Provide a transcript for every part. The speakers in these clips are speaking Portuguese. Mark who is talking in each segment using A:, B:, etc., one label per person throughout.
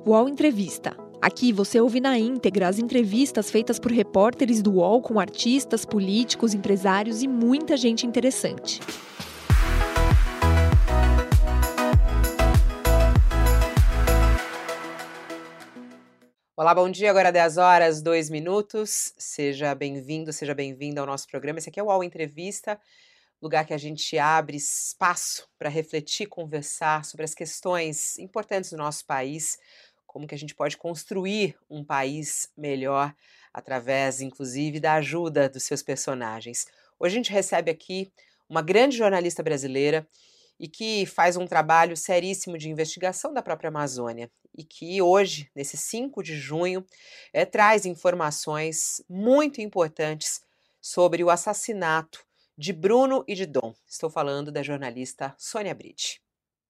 A: UOL Entrevista. Aqui você ouve na íntegra as entrevistas feitas por repórteres do UOL com artistas, políticos, empresários e muita gente interessante.
B: Olá, bom dia, agora 10 horas, 2 minutos. Seja bem-vindo, seja bem-vinda ao nosso programa. Esse aqui é o UOL Entrevista, lugar que a gente abre espaço para refletir, conversar sobre as questões importantes do nosso país, como que a gente pode construir um país melhor através, inclusive, da ajuda dos seus personagens. Hoje a gente recebe aqui uma grande jornalista brasileira e que faz um trabalho seríssimo de investigação da própria Amazônia e que hoje, nesse 5 de junho, traz informações muito importantes sobre o assassinato de Bruno e de Dom. Estou falando da jornalista Sônia Bride.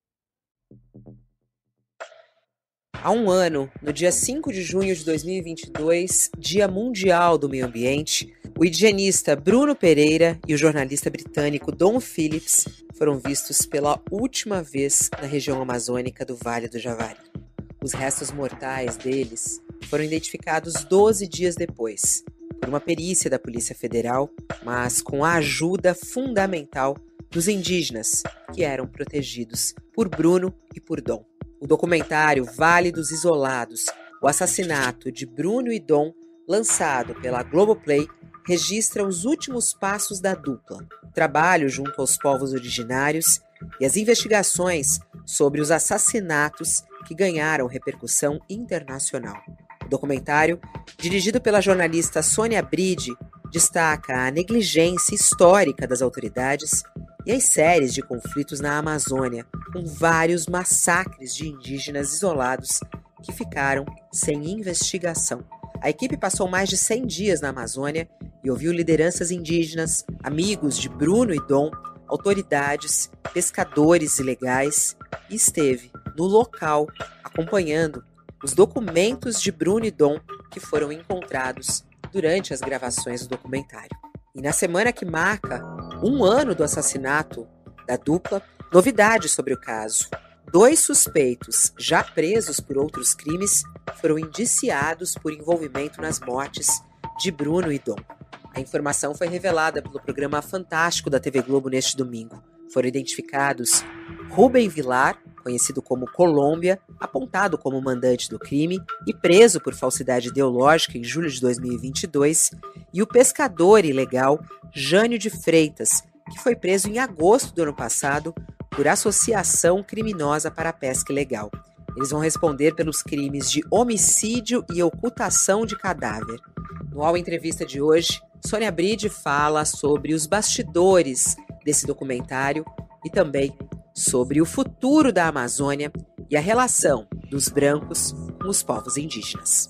B: Há um ano, no dia 5 de junho de 2022, Dia Mundial do Meio Ambiente, o higienista Bruno Pereira e o jornalista britânico Dom Phillips foram vistos pela última vez na região amazônica do Vale do Javari. Os restos mortais deles foram identificados 12 dias depois, por uma perícia da Polícia Federal, mas com a ajuda fundamental dos indígenas, que eram protegidos por Bruno e por Dom. O documentário Vale dos Isolados, o assassinato de Bruno e Dom, lançado pela Globoplay, registra os últimos passos da dupla, o trabalho junto aos povos originários e as investigações sobre os assassinatos que ganharam repercussão internacional. O documentário, dirigido pela jornalista Sônia Bride, destaca a negligência histórica das autoridades e as séries de conflitos na Amazônia, com vários massacres de indígenas isolados que ficaram sem investigação. A equipe passou mais de 100 dias na Amazônia e ouviu lideranças indígenas, amigos de Bruno e Dom, autoridades, pescadores ilegais e esteve no local acompanhando os documentos de Bruno e Dom que foram encontrados durante as gravações do documentário. E na semana que marca um ano do assassinato da dupla, novidades sobre o caso. 2 suspeitos, já presos por outros crimes, foram indiciados por envolvimento nas mortes de Bruno e Dom. A informação foi revelada pelo programa Fantástico da TV Globo neste domingo. Foram identificados Rubem Vilar, conhecido como Colômbia, apontado como mandante do crime e preso por falsidade ideológica em julho de 2022, e o pescador ilegal Jânio de Freitas, que foi preso em agosto do ano passado por associação criminosa para a pesca ilegal. Eles vão responder pelos crimes de homicídio e ocultação de cadáver. No UOL Entrevista de hoje, Sônia Bride fala sobre os bastidores desse documentário e também sobre o futuro da Amazônia e a relação dos brancos com os povos indígenas.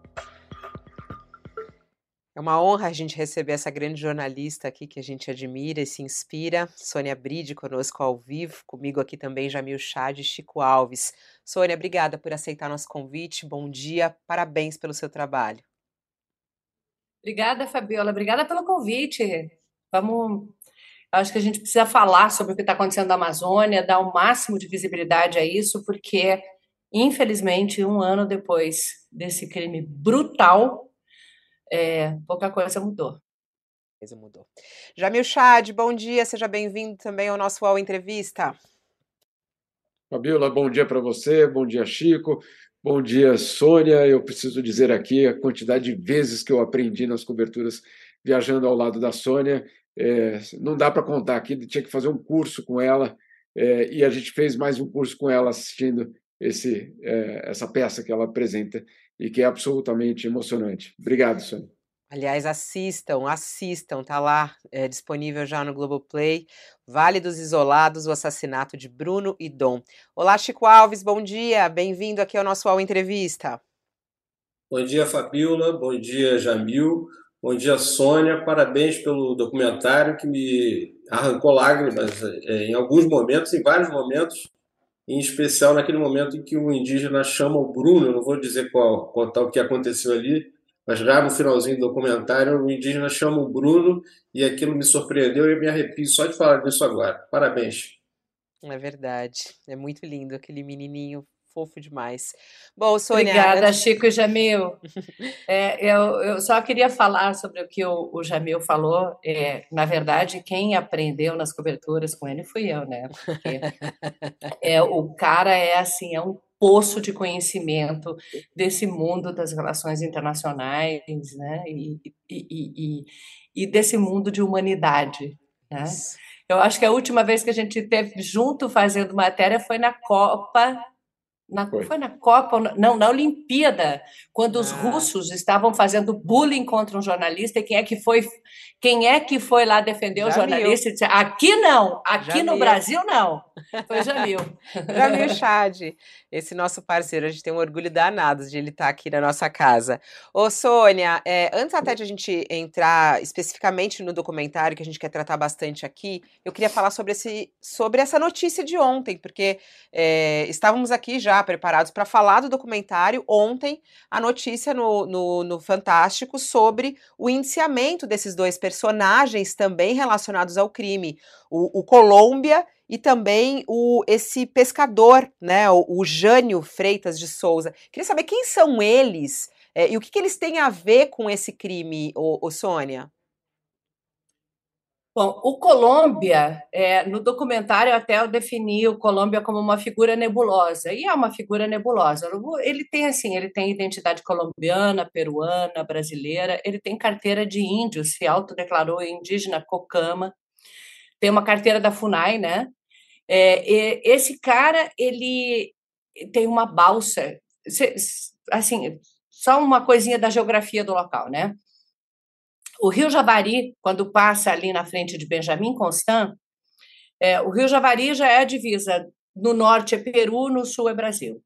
B: É uma honra a gente receber essa grande jornalista aqui que a gente admira e se inspira. Sônia Bride conosco ao vivo, comigo aqui também Jamil Chad e Chico Alves. Sônia, obrigada por aceitar nosso convite, bom dia, parabéns pelo seu trabalho.
C: Obrigada, Fabiola, obrigada pelo convite. Acho que a gente precisa falar sobre o que está acontecendo na Amazônia, dar o máximo de visibilidade a isso, porque, infelizmente, um ano depois desse crime brutal, pouca coisa mudou.
B: Jamil Chad, bom dia, seja bem-vindo também ao nosso UOL Entrevista.
D: Fabiola, bom dia para você, bom dia, Chico, bom dia, Sônia. Eu preciso dizer aqui a quantidade de vezes que eu aprendi nas coberturas viajando ao lado da Sônia. Não dá para contar aqui, tinha que fazer um curso com ela, e a gente fez mais um curso com ela assistindo essa peça que ela apresenta e que é absolutamente emocionante. Obrigado, Sônia.
B: Aliás, assistam, tá lá, disponível já no Globoplay, Vale dos Isolados, o assassinato de Bruno e Dom. Olá, Chico Alves, bom dia, bem-vindo aqui ao nosso UOL Entrevista.
E: Bom dia, Fabiola, bom dia, Jamil, bom dia, Sônia, parabéns pelo documentário que me arrancou lágrimas em alguns momentos, em vários momentos, em especial naquele momento em que o indígena chama o Bruno, eu não vou dizer contar o que aconteceu ali, mas já no finalzinho do documentário o indígena chama o Bruno e aquilo me surpreendeu e eu me arrepio só de falar disso agora. Parabéns.
B: É verdade, é muito lindo, aquele menininho fofo demais. Bom, Sônia...
C: Obrigada, Chico e Jamil. Eu só queria falar sobre o que o Jamil falou. Na verdade, quem aprendeu nas coberturas com ele fui eu, né? Porque o cara assim, é um poço de conhecimento desse mundo das relações internacionais, né? E desse mundo de humanidade, né? Eu acho que a última vez que a gente esteve junto fazendo matéria foi na Copa. Foi na Copa, não, na Olimpíada, quando os russos estavam fazendo bullying contra um jornalista, e quem é que foi lá defender o jornalista e disse, aqui não, aqui no Brasil não. Foi Jamil.
B: Jamil Chad, esse nosso parceiro, a gente tem um orgulho danado de ele estar aqui na nossa casa. Ô, Sônia, antes até de a gente entrar especificamente no documentário, que a gente quer tratar bastante aqui, eu queria falar sobre essa notícia de ontem, porque estávamos aqui já preparados para falar do documentário. Ontem, a notícia no Fantástico sobre o indiciamento desses dois personagens também relacionados ao crime, o Colômbia e também esse pescador, né, o Jânio Freitas de Souza. Queria saber quem são eles e o que eles têm a ver com esse crime, Sônia?
C: Bom, o Colômbia, no documentário até eu defini o Colômbia como uma figura nebulosa, e é uma figura nebulosa. Ele tem identidade colombiana, peruana, brasileira, ele tem carteira de índio, se autodeclarou indígena Cocama, tem uma carteira da FUNAI, né? Esse cara, ele tem uma balsa, assim, só uma coisinha da geografia do local, né? O Rio Javari, quando passa ali na frente de Benjamin Constant, o Rio Javari já é a divisa. No norte é Peru, no sul é Brasil.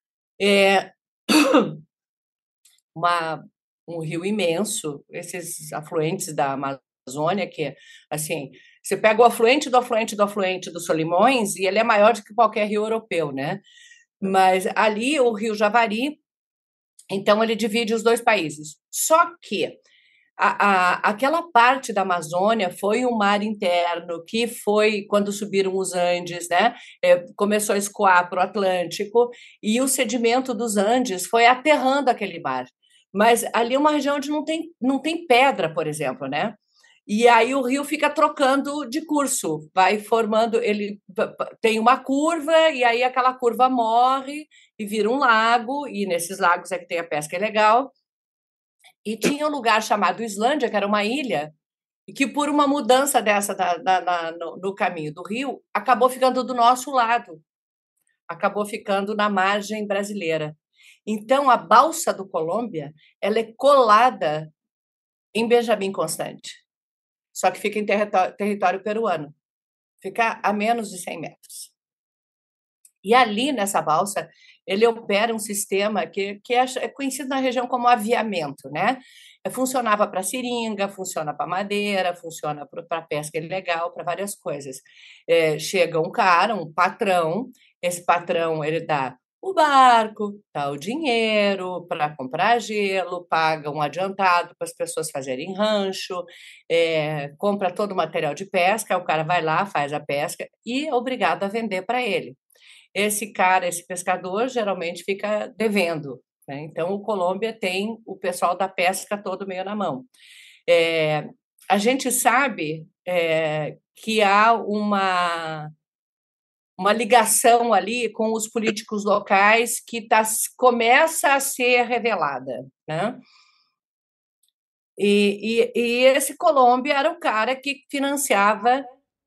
C: Um rio imenso, esses afluentes da Amazônia, que assim, você pega o afluente do afluente do afluente do Solimões e ele é maior do que qualquer rio europeu, né? Mas ali o Rio Javari, então ele divide os dois países. Só que aquela parte da Amazônia foi um mar interno que foi quando subiram os Andes, né? Começou a escoar para o Atlântico e o sedimento dos Andes foi aterrando aquele mar. Mas ali é uma região onde não tem pedra, por exemplo, né? E aí o rio fica trocando de curso, vai formando, ele tem uma curva e aí aquela curva morre e vira um lago, e nesses lagos é que tem a pesca ilegal. E tinha um lugar chamado Islândia, que era uma ilha, e que por uma mudança dessa no caminho do rio, acabou ficando do nosso lado, acabou ficando na margem brasileira. Então, a balsa do Colômbia, ela é colada em Benjamin Constant, só que fica em território peruano, fica a menos de 100 metros. E ali, nessa balsa, ele opera um sistema que é conhecido na região como aviamento, né? Funcionava para seringa, funciona para madeira, funciona para pesca ilegal, para várias coisas. Chega um cara, um patrão, esse patrão ele dá o barco, dá o dinheiro para comprar gelo, paga um adiantado para as pessoas fazerem rancho, compra todo o material de pesca, o cara vai lá, faz a pesca e é obrigado a vender para ele. Esse pescador, geralmente fica devendo, né? Então, o Colômbia tem o pessoal da pesca todo meio na mão. A gente sabe que há uma ligação ali com os políticos locais que começa a ser revelada, né? E esse Colômbia era o cara que financiava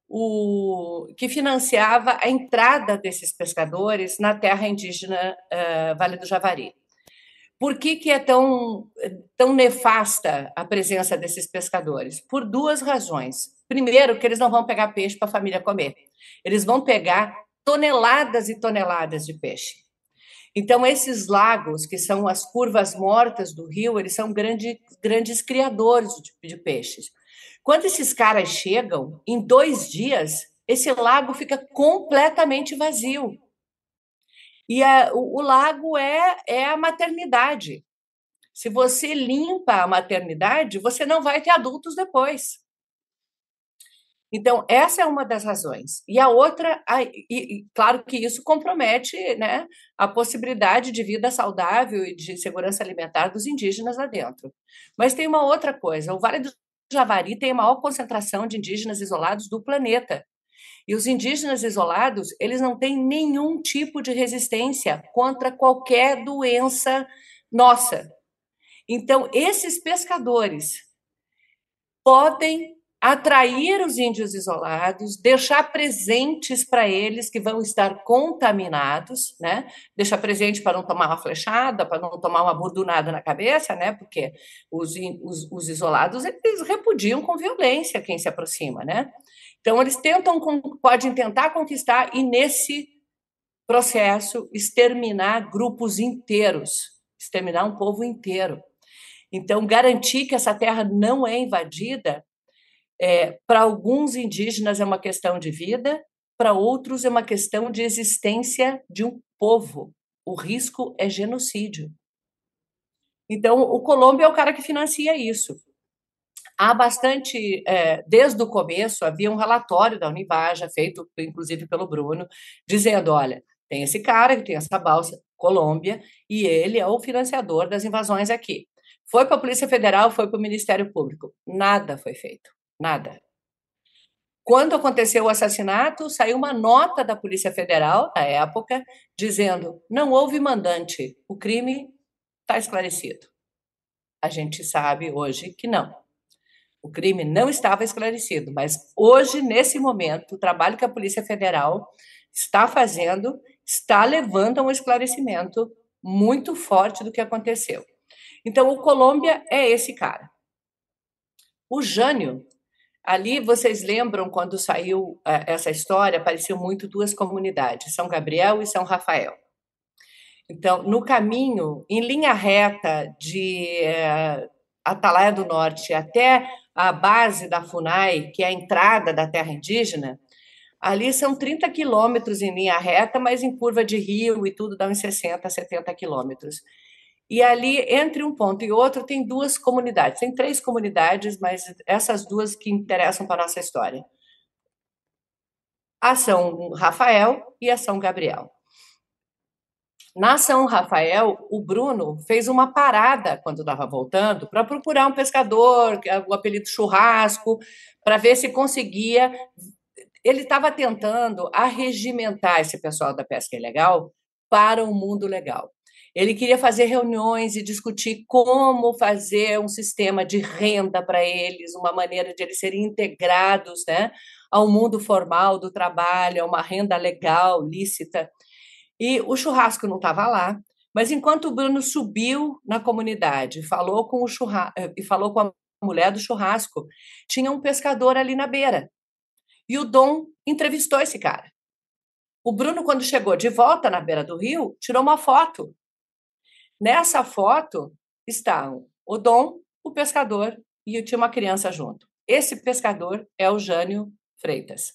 C: a entrada desses pescadores na terra indígena Vale do Javari. Por que é tão nefasta a presença desses pescadores? Por duas razões. Primeiro, que eles não vão pegar peixe para a família comer. Eles vão pegar toneladas e toneladas de peixe. Então, esses lagos, que são as curvas mortas do rio, eles são grandes criadores de peixes. Quando esses caras chegam, em 2 dias, esse lago fica completamente vazio. E o lago é a maternidade. Se você limpa a maternidade, você não vai ter adultos depois. Então, essa é uma das razões. E a outra, claro que isso compromete, né, a possibilidade de vida saudável e de segurança alimentar dos indígenas lá dentro. Mas tem uma outra coisa: o Vale do Javari tem a maior concentração de indígenas isolados do planeta. E os indígenas isolados, eles não têm nenhum tipo de resistência contra qualquer doença nossa. Então, esses pescadores podem atrair os índios isolados, deixar presentes para eles que vão estar contaminados, né? Deixar presente para não tomar uma flechada, para não tomar uma burdunada na cabeça, né? Porque os isolados, eles repudiam com violência quem se aproxima, né? Então, eles podem tentar conquistar e, nesse processo, exterminar grupos inteiros, exterminar um povo inteiro. Então, garantir que essa terra não é invadida, para alguns indígenas é uma questão de vida, para outros é uma questão de existência de um povo. O risco é genocídio. Então, o Colômbia é o cara que financia isso. Há bastante, desde o começo, havia um relatório da Univaja, feito inclusive pelo Bruno, dizendo, olha, tem esse cara que tem essa balsa, Colômbia, e ele é o financiador das invasões aqui. Foi para a Polícia Federal, foi para o Ministério Público. Nada foi feito, nada. Quando aconteceu o assassinato, saiu uma nota da Polícia Federal, na época, dizendo, não houve mandante, o crime está esclarecido. A gente sabe hoje que não. O crime não estava esclarecido, mas hoje, nesse momento, o trabalho que a Polícia Federal está fazendo está levando a um esclarecimento muito forte do que aconteceu. Então, o Colômbia é esse cara. O Jânio, ali, vocês lembram, quando saiu essa história, apareciam muito duas comunidades, São Gabriel e São Rafael. Então, no caminho, em linha reta de Atalaia do Norte até a base da FUNAI, que é a entrada da terra indígena, ali são 30 quilômetros em linha reta, mas em curva de rio e tudo dá uns 60, 70 quilômetros. E ali, entre um ponto e outro, tem duas comunidades. Tem 3 comunidades, mas essas duas que interessam para a nossa história. A São Rafael e a São Gabriel. Na São Rafael, o Bruno fez uma parada quando estava voltando para procurar um pescador, o apelido churrasco, para ver se conseguia. Ele estava tentando arregimentar esse pessoal da pesca ilegal para o mundo legal. Ele queria fazer reuniões e discutir como fazer um sistema de renda para eles, uma maneira de eles serem integrados, né, ao mundo formal do trabalho, a uma renda legal, lícita. E o churrasco não estava lá, mas enquanto o Bruno subiu na comunidade, falou com a mulher do churrasco, tinha um pescador ali na beira. E o Dom entrevistou esse cara. O Bruno, quando chegou de volta na beira do rio, tirou uma foto. Nessa foto estavam o Dom, o pescador, e tinha uma criança junto. Esse pescador é o Jânio Freitas.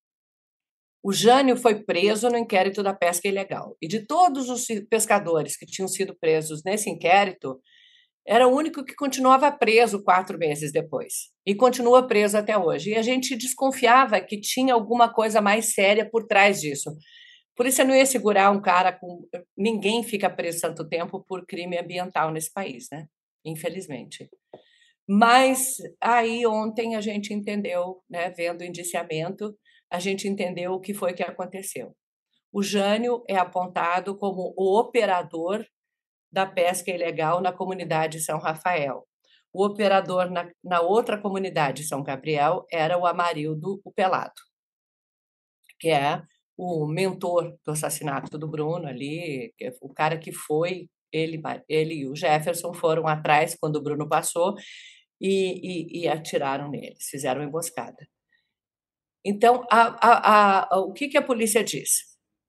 C: O Jânio foi preso no inquérito da pesca ilegal. E de todos os pescadores que tinham sido presos nesse inquérito, era o único que continuava preso 4 meses depois. E continua preso até hoje. E a gente desconfiava que tinha alguma coisa mais séria por trás disso. Por isso, eu não ia segurar um cara com... Ninguém fica preso tanto tempo por crime ambiental nesse país, né? Infelizmente. Mas aí ontem a gente entendeu, né, vendo o indiciamento, a gente entendeu o que foi que aconteceu. O Jânio é apontado como o operador da pesca ilegal na comunidade São Rafael. O operador na outra comunidade, São Gabriel, era o Amarildo, o Pelado, que é o mentor do assassinato do Bruno ali, o cara que foi, ele e o Jefferson foram atrás quando o Bruno passou e atiraram neles, fizeram uma emboscada. Então, o que a polícia diz?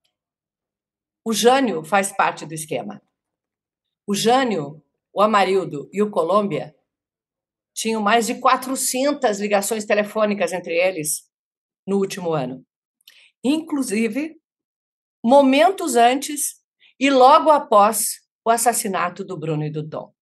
C: O Jânio faz parte do esquema. O Jânio, o Amarildo e o Colômbia tinham mais de 400 ligações telefônicas entre eles no último ano. Inclusive, momentos antes e logo após o assassinato do Bruno e do Dom.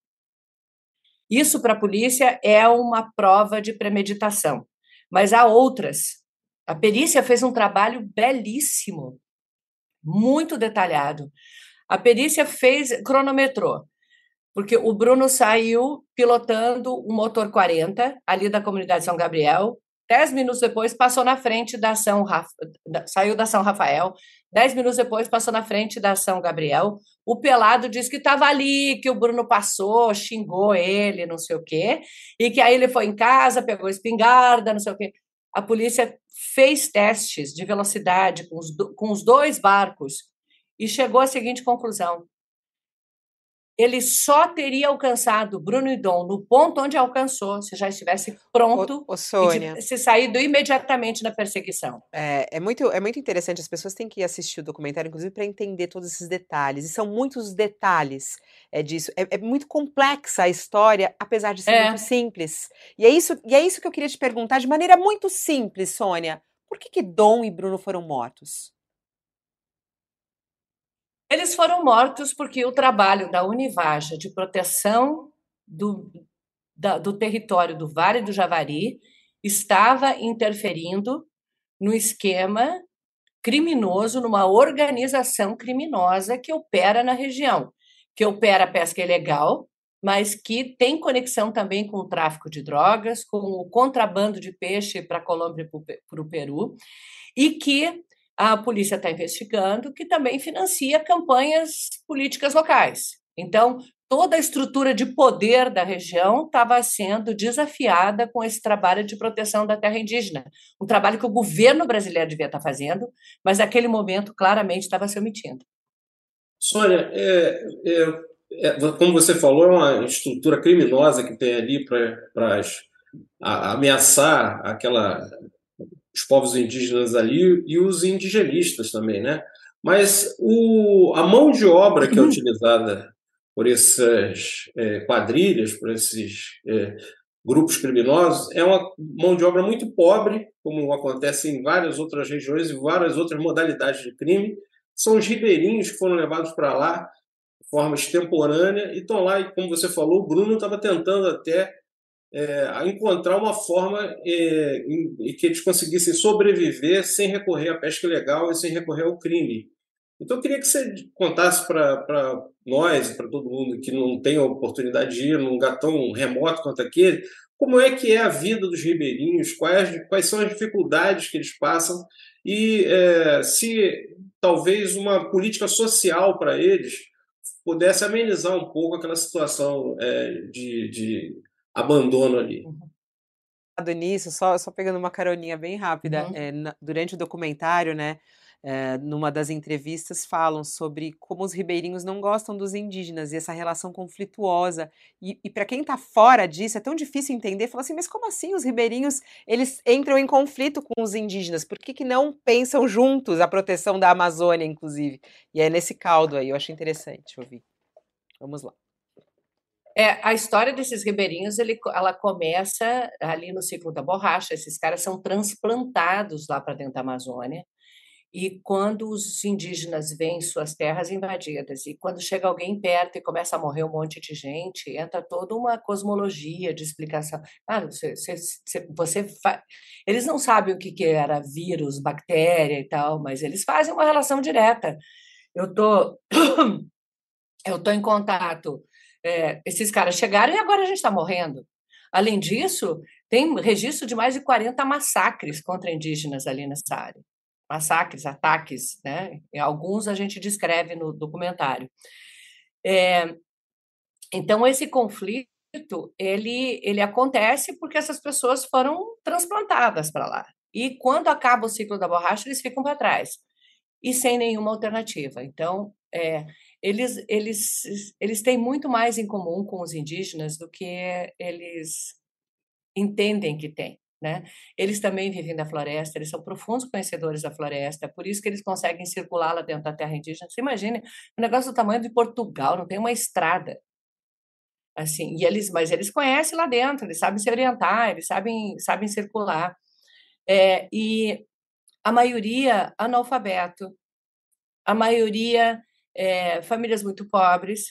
C: Isso, para a polícia, é uma prova de premeditação. Mas há outras A perícia fez um trabalho belíssimo, muito detalhado. A perícia cronometrou, porque o Bruno saiu pilotando um motor 40, ali da comunidade São Gabriel. 10 minutos depois, passou na frente saiu da São Rafael. 10 minutos depois, passou na frente da São Gabriel. O Pelado disse que estava ali, que o Bruno passou, xingou ele, não sei o quê, e que aí ele foi em casa, pegou espingarda, não sei o quê. A polícia fez testes de velocidade com os dois barcos e chegou à seguinte conclusão: ele só teria alcançado Bruno e Dom no ponto onde alcançou, se já estivesse pronto
B: Sônia,
C: e tivesse saído imediatamente na perseguição.
B: É muito interessante, as pessoas têm que assistir o documentário, inclusive, para entender todos esses detalhes, e são muitos detalhes disso. É muito complexa a história, apesar de ser muito simples. E é isso que eu queria te perguntar, de maneira muito simples, Sônia. Por que Dom e Bruno foram mortos?
C: Eles foram mortos porque o trabalho da Univaja de proteção do território do Vale do Javari estava interferindo no esquema criminoso, numa organização criminosa que opera na região, que opera a pesca ilegal, mas que tem conexão também com o tráfico de drogas, com o contrabando de peixe para a Colômbia e para o Peru, e que a polícia está investigando, que também financia campanhas políticas locais. Então, toda a estrutura de poder da região estava sendo desafiada com esse trabalho de proteção da terra indígena, um trabalho que o governo brasileiro devia estar fazendo, mas naquele momento claramente estava se omitindo.
E: Sônia, como você falou, é uma estrutura criminosa que tem ali para ameaçar os povos indígenas ali e os indigenistas também, né? Mas a mão de obra que é utilizada por essas quadrilhas, por esses grupos criminosos, é uma mão de obra muito pobre, como acontece em várias outras regiões e várias outras modalidades de crime. São os ribeirinhos que foram levados para lá de forma extemporânea e estão lá, e como você falou, o Bruno estava tentando até encontrar uma forma em que eles conseguissem sobreviver sem recorrer à pesca ilegal e sem recorrer ao crime. Então, eu queria que você contasse para nós, para todo mundo que não tem a oportunidade de ir num lugar tão remoto quanto aquele, como é que é a vida dos ribeirinhos, quais são as dificuldades que eles passam e se talvez uma política social para eles pudesse amenizar um pouco aquela situação de abandono ali.
B: Nisso, só pegando uma caroninha bem rápida, durante o documentário, né, numa das entrevistas falam sobre como os ribeirinhos não gostam dos indígenas e essa relação conflituosa, e para quem está fora disso é tão difícil entender, fala assim, mas como assim os ribeirinhos, eles entram em conflito com os indígenas, por que não pensam juntos a proteção da Amazônia, inclusive? E é nesse caldo aí, eu acho interessante ouvir. Vamos lá.
C: A história desses ribeirinhos, ela começa ali no ciclo da borracha. Esses caras são transplantados lá para dentro da Amazônia, e quando os indígenas veem suas terras invadidas, e quando chega alguém perto e começa a morrer um monte de gente, entra toda uma cosmologia de explicação. Eles não sabem o que era vírus, bactéria e tal, mas eles fazem uma relação direta. Eu tô em contato. Esses caras chegaram e agora a gente está morrendo. Além disso, tem registro de mais de 40 massacres contra indígenas ali nessa área. Massacres, ataques, né? E alguns a gente descreve no documentário. Então, esse conflito, ele acontece porque essas pessoas foram transplantadas para lá. E quando acaba o ciclo da borracha, eles ficam para trás. E sem nenhuma alternativa. Então, eles têm muito mais em comum com os indígenas do que eles entendem que têm, né? Eles também vivem da floresta, eles são profundos conhecedores da floresta, por isso que eles conseguem circular lá dentro da terra indígena. Você imagina, um negócio do tamanho de Portugal, não tem uma estrada. Assim, mas eles conhecem lá dentro, eles sabem se orientar, eles sabem circular. E a maioria analfabeto, a maioria famílias muito pobres,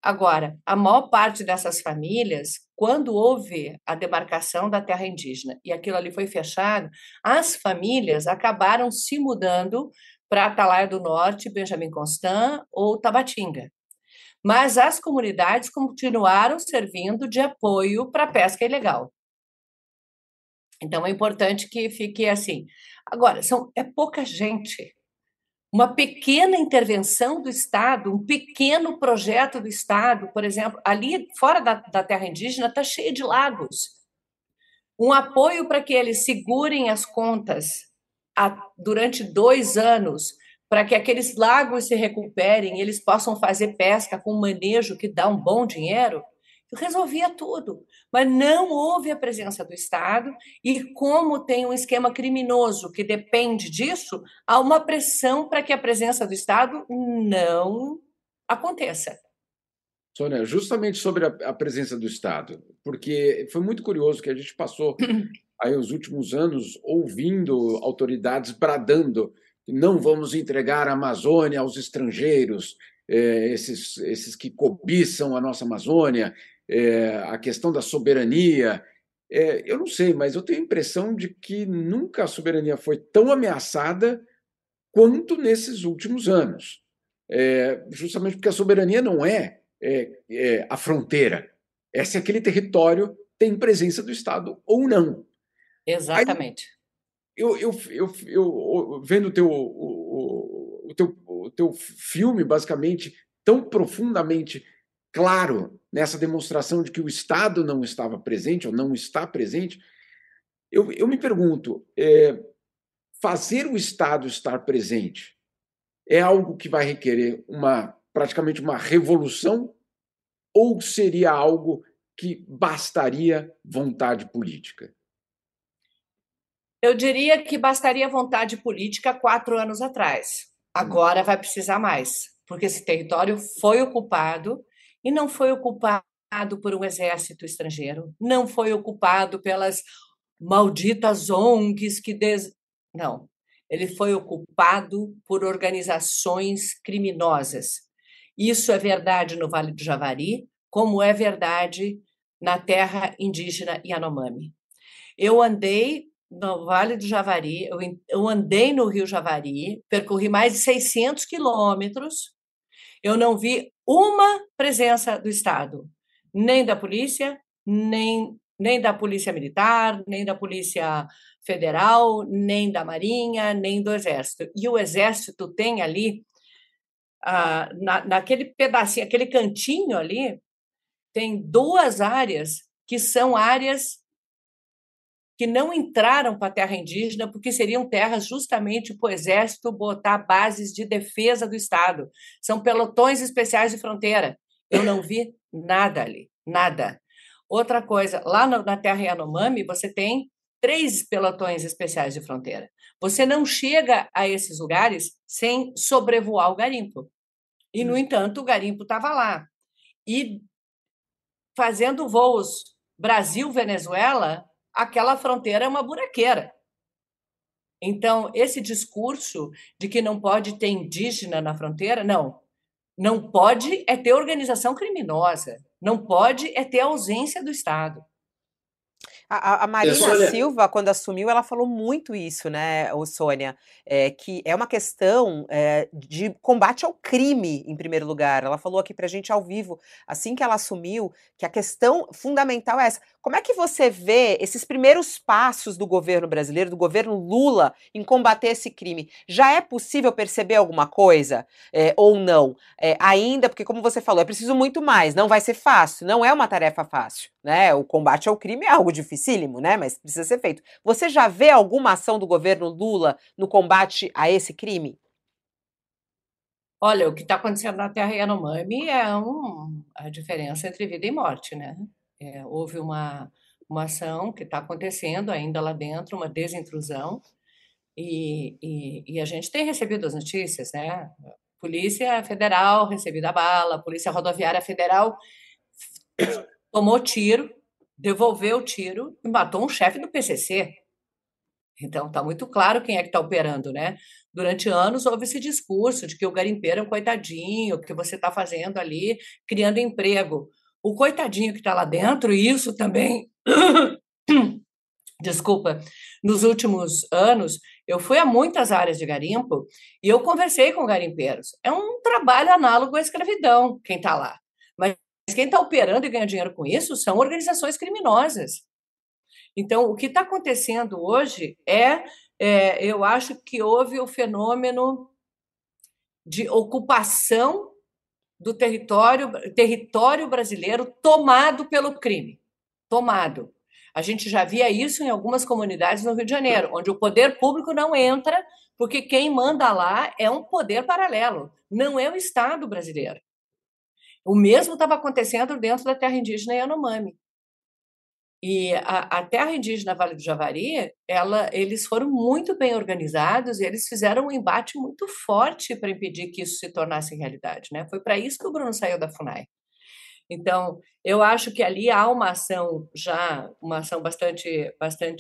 C: Agora, a maior parte dessas famílias, quando houve a demarcação da terra indígena e aquilo ali foi fechado, as famílias acabaram se mudando para Atalaia do Norte, Benjamin Constant ou Tabatinga. Mas as comunidades continuaram servindo de apoio para a pesca ilegal. Então, é importante que fique assim. Agora, é pouca gente. Uma pequena intervenção do Estado, um pequeno projeto do Estado, por exemplo, ali fora da terra indígena está cheio de lagos. Um apoio para que eles segurem as contas durante 2 anos, para que aqueles lagos se recuperem, eles possam fazer pesca com manejo que dá um bom dinheiro, resolvia tudo. Mas não houve a presença do Estado e, como tem um esquema criminoso que depende disso, há uma pressão para que a presença do Estado não aconteça.
D: Sônia, justamente sobre a presença do Estado, porque foi muito curioso que a gente passou aí os últimos anos ouvindo autoridades bradando que não vamos entregar a Amazônia aos estrangeiros, esses que cobiçam a nossa Amazônia, a questão da soberania. Eu não sei, mas eu tenho a impressão de que nunca a soberania foi tão ameaçada quanto nesses últimos anos. Justamente porque a soberania não é a fronteira. É se aquele território tem presença do Estado ou não.
C: Exatamente.
D: Aí, eu vendo o teu filme, basicamente, tão profundamente claro nessa demonstração de que o Estado não estava presente, ou não está presente, eu me pergunto, fazer o Estado estar presente é algo que vai requerer praticamente uma revolução, ou seria algo que bastaria vontade política?
C: Eu diria que bastaria vontade política 4 anos atrás. Agora vai precisar mais, porque esse território foi ocupado e não foi ocupado por um exército estrangeiro, não foi ocupado pelas malditas ONGs Não, ele foi ocupado por organizações criminosas. Isso é verdade no Vale do Javari, como é verdade na terra indígena Yanomami. Eu andei no Vale do Javari, eu andei no Rio Javari, percorri mais de 600 quilômetros, eu não vi uma presença do Estado, nem da polícia, nem da polícia militar, nem da polícia federal, nem da marinha, nem do exército. E o exército tem ali, naquele pedacinho, aquele cantinho ali, tem 2 áreas que são áreas que não entraram para a terra indígena, porque seriam terras justamente para o Exército botar bases de defesa do Estado. São pelotões especiais de fronteira. Eu não vi nada ali, nada. Outra coisa, lá na terra Yanomami, você tem 3 pelotões especiais de fronteira. Você não chega a esses lugares sem sobrevoar o garimpo. E, no entanto, o garimpo estava lá. E fazendo voos Brasil-Venezuela, aquela fronteira é uma buraqueira. Então, esse discurso de que não pode ter indígena na fronteira, não pode é ter organização criminosa, não pode é ter ausência do Estado.
B: A Marina Silva, quando assumiu, ela falou muito isso, né, Sônia? Que é uma questão de combate ao crime, em primeiro lugar. Ela falou aqui pra gente ao vivo, assim que ela assumiu, que a questão fundamental é essa. Como é que você vê esses primeiros passos do governo brasileiro, do governo Lula, em combater esse crime? Já é possível perceber alguma coisa? Ou não? Ainda, porque como você falou, é preciso muito mais, não vai ser fácil, não é uma tarefa fácil, né? O combate ao crime é algo dificílimo, né? Mas precisa ser feito. Você já vê alguma ação do governo Lula no combate a esse crime?
C: Olha, o que está acontecendo na terra Yanomami é a diferença entre vida e morte, né? Houve uma ação que está acontecendo ainda lá dentro, uma desintrusão, e a gente tem recebido as notícias, né? Polícia Federal recebida a bala, Polícia Rodoviária Federal tomou tiro, devolveu o tiro e matou um chefe do PCC. Então, está muito claro quem é que está operando, né? Durante anos houve esse discurso de que o garimpeiro é um coitadinho, que você está fazendo ali, criando emprego. O coitadinho que está lá dentro, e isso também, desculpa, nos últimos anos, eu fui a muitas áreas de garimpo e eu conversei com garimpeiros. É um trabalho análogo à escravidão, quem está lá. Mas quem está operando e ganha dinheiro com isso são organizações criminosas. Então, o que está acontecendo hoje eu acho que houve o fenômeno de ocupação do território brasileiro tomado pelo crime. Tomado. A gente já via isso em algumas comunidades no Rio de Janeiro, onde o poder público não entra, porque quem manda lá é um poder paralelo, não é o Estado brasileiro. O mesmo estava acontecendo dentro da terra indígena Yanomami. E a terra indígena Vale do Javari, eles foram muito bem organizados e eles fizeram um embate muito forte para impedir que isso se tornasse realidade, né? Foi para isso que o Bruno saiu da FUNAI. Então, eu acho que ali há uma ação bastante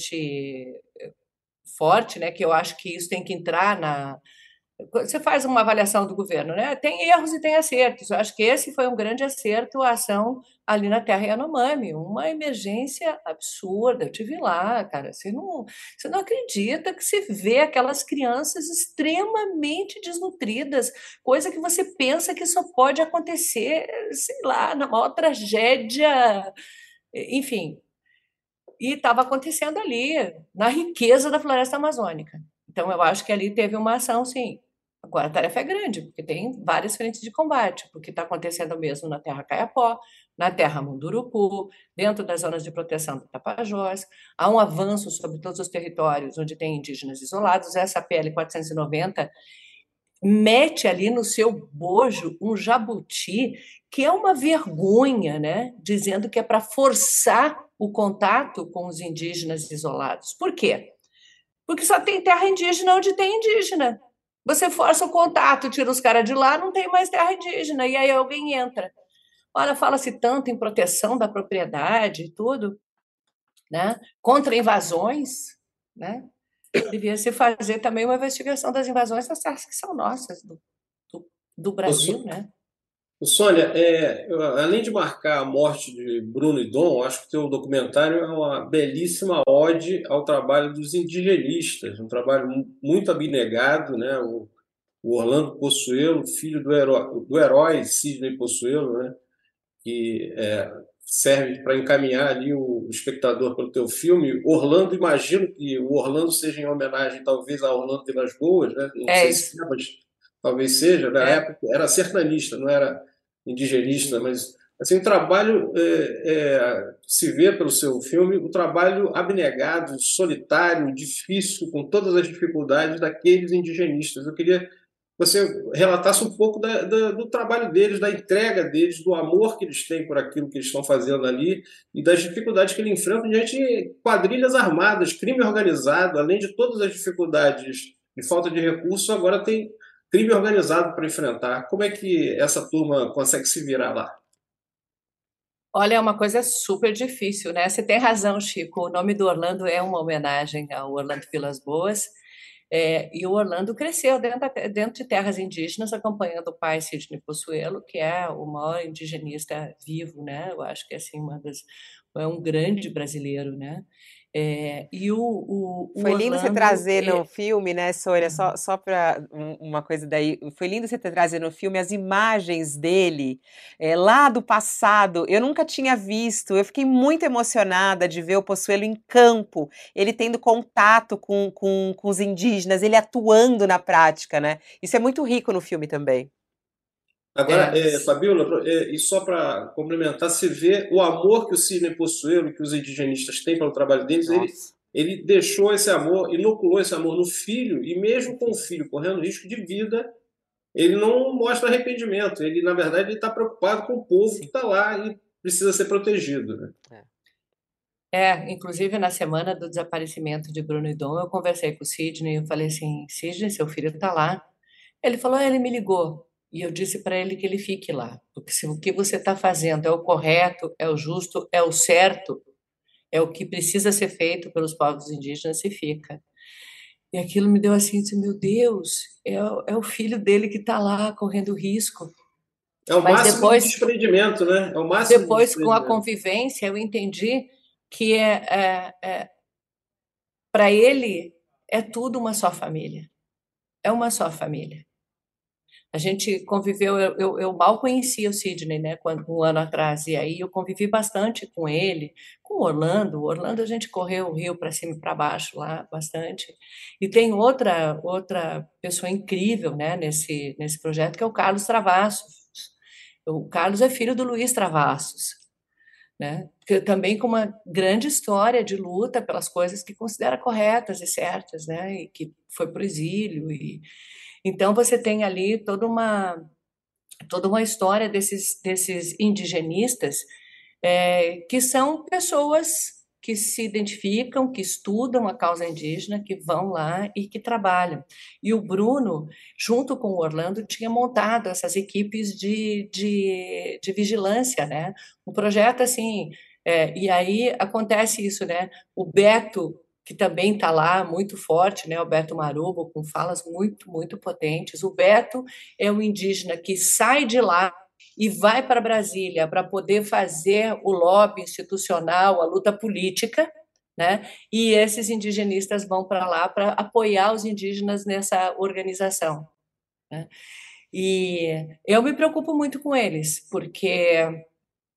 C: forte, né? Que eu acho que isso tem que entrar. Você faz uma avaliação do governo, né? Tem erros e tem acertos. Eu acho que esse foi um grande acerto, a ação ali na Terra Yanomami, uma emergência absurda. Eu tive lá, cara. Você não acredita que você vê aquelas crianças extremamente desnutridas, coisa que você pensa que só pode acontecer, sei lá, na maior tragédia, enfim. E estava acontecendo ali, na riqueza da floresta amazônica. Então, eu acho que ali teve uma ação, sim. Agora, a tarefa é grande, porque tem várias frentes de combate, porque está acontecendo mesmo na Terra Caiapó, na Terra Munduruku, dentro das zonas de proteção do Tapajós. Há um avanço sobre todos os territórios onde tem indígenas isolados. Essa PL 490 mete ali no seu bojo um jabuti, que é uma vergonha, né? Dizendo que é para forçar o contato com os indígenas isolados. Por quê? Porque só tem terra indígena onde tem indígena. Você força o contato, tira os caras de lá, não tem mais terra indígena, e aí alguém entra. Olha, fala-se tanto em proteção da propriedade e tudo, né? Contra invasões, né? Devia se fazer também uma investigação das invasões das terras que são nossas, do Brasil, né?
E: Sônia, além de marcar a morte de Bruno e Dom, acho que o teu documentário é uma belíssima ode ao trabalho dos indigenistas, um trabalho muito abnegado, né? O Orlando Possuelo, filho do herói Sidney Possuelo, né? Que serve para encaminhar ali o espectador pelo teu filme. Orlando, imagino que o Orlando seja em homenagem talvez a Orlando Vilas Boas, né? Não sei se é, mas talvez seja. Na época era sertanista, não era indigenista, mas assim, o trabalho se vê pelo seu filme, o trabalho abnegado, solitário, difícil, com todas as dificuldades daqueles indigenistas. Eu queria que você relatasse um pouco do trabalho deles, da entrega deles, do amor que eles têm por aquilo que eles estão fazendo ali e das dificuldades que eles enfrentam diante de quadrilhas armadas, crime organizado, além de todas as dificuldades de falta de recursos, agora tem crime organizado para enfrentar. Como é que essa turma consegue se virar lá?
C: Olha, é uma coisa super difícil, né? Você tem razão, Chico. O nome do Orlando é uma homenagem ao Orlando Vilas Boas. E o Orlando cresceu dentro de terras indígenas, acompanhando o pai Sidney Possuelo, que é o maior indigenista vivo, né? Eu acho que assim, é um grande brasileiro, né?
B: Foi lindo
C: Orlando,
B: você trazer no filme, né, Sônia? Só para uma coisa daí. Foi lindo você trazer no filme as imagens dele lá do passado. Eu nunca tinha visto. Eu fiquei muito emocionada de ver o Possuelo em campo, ele tendo contato com os indígenas, ele atuando na prática, né? Isso é muito rico no filme também.
E: Agora, Fabíola, e só para complementar, você vê o amor que o Sidney Possuelo e que os indigenistas têm pelo trabalho deles, ele deixou esse amor, inoculou esse amor no filho, e mesmo com o filho correndo risco de vida, ele não mostra arrependimento. Ele, na verdade, está preocupado com o povo que está lá e precisa ser protegido, né?
C: Inclusive na semana do desaparecimento de Bruno e Dom, eu conversei com o Sidney, eu falei assim, Sidney, seu filho está lá. Ele falou, ele me ligou. E eu disse para ele que ele fique lá, porque se o que você está fazendo é o correto, é o justo, é o certo, é o que precisa ser feito pelos povos indígenas, se fica. E aquilo me deu assim, disse, meu Deus, é o filho dele que está lá correndo risco.
E: É o
C: Mas
E: máximo de desprendimento, né? É o máximo de
C: depois, com a
E: desprendimento.
C: convivência, eu entendi que para ele é tudo uma só família. É uma só família. A gente conviveu, eu mal conhecia o Sidney, né, um ano atrás, e aí eu convivi bastante com ele, com o Orlando. O Orlando a gente correu o Rio para cima e para baixo lá bastante. E tem outra pessoa incrível, né, nesse projeto, que é o Carlos Travassos. O Carlos é filho do Luiz Travassos, né, que também com uma grande história de luta pelas coisas que considera corretas e certas, né, e que foi para o exílio. Então você tem ali toda uma história desses indigenistas, que são pessoas que se identificam, que estudam a causa indígena, que vão lá e que trabalham. E o Bruno, junto com o Orlando, tinha montado essas equipes de vigilância, né? Um projeto assim, e aí acontece isso, né? O Beto, que também está lá muito forte, né? O Beto Marubo, com falas muito, muito potentes. O Beto é um indígena que sai de lá e vai para Brasília para poder fazer o lobby institucional, a luta política, né? E esses indigenistas vão para lá para apoiar os indígenas nessa organização, né? E eu me preocupo muito com eles, porque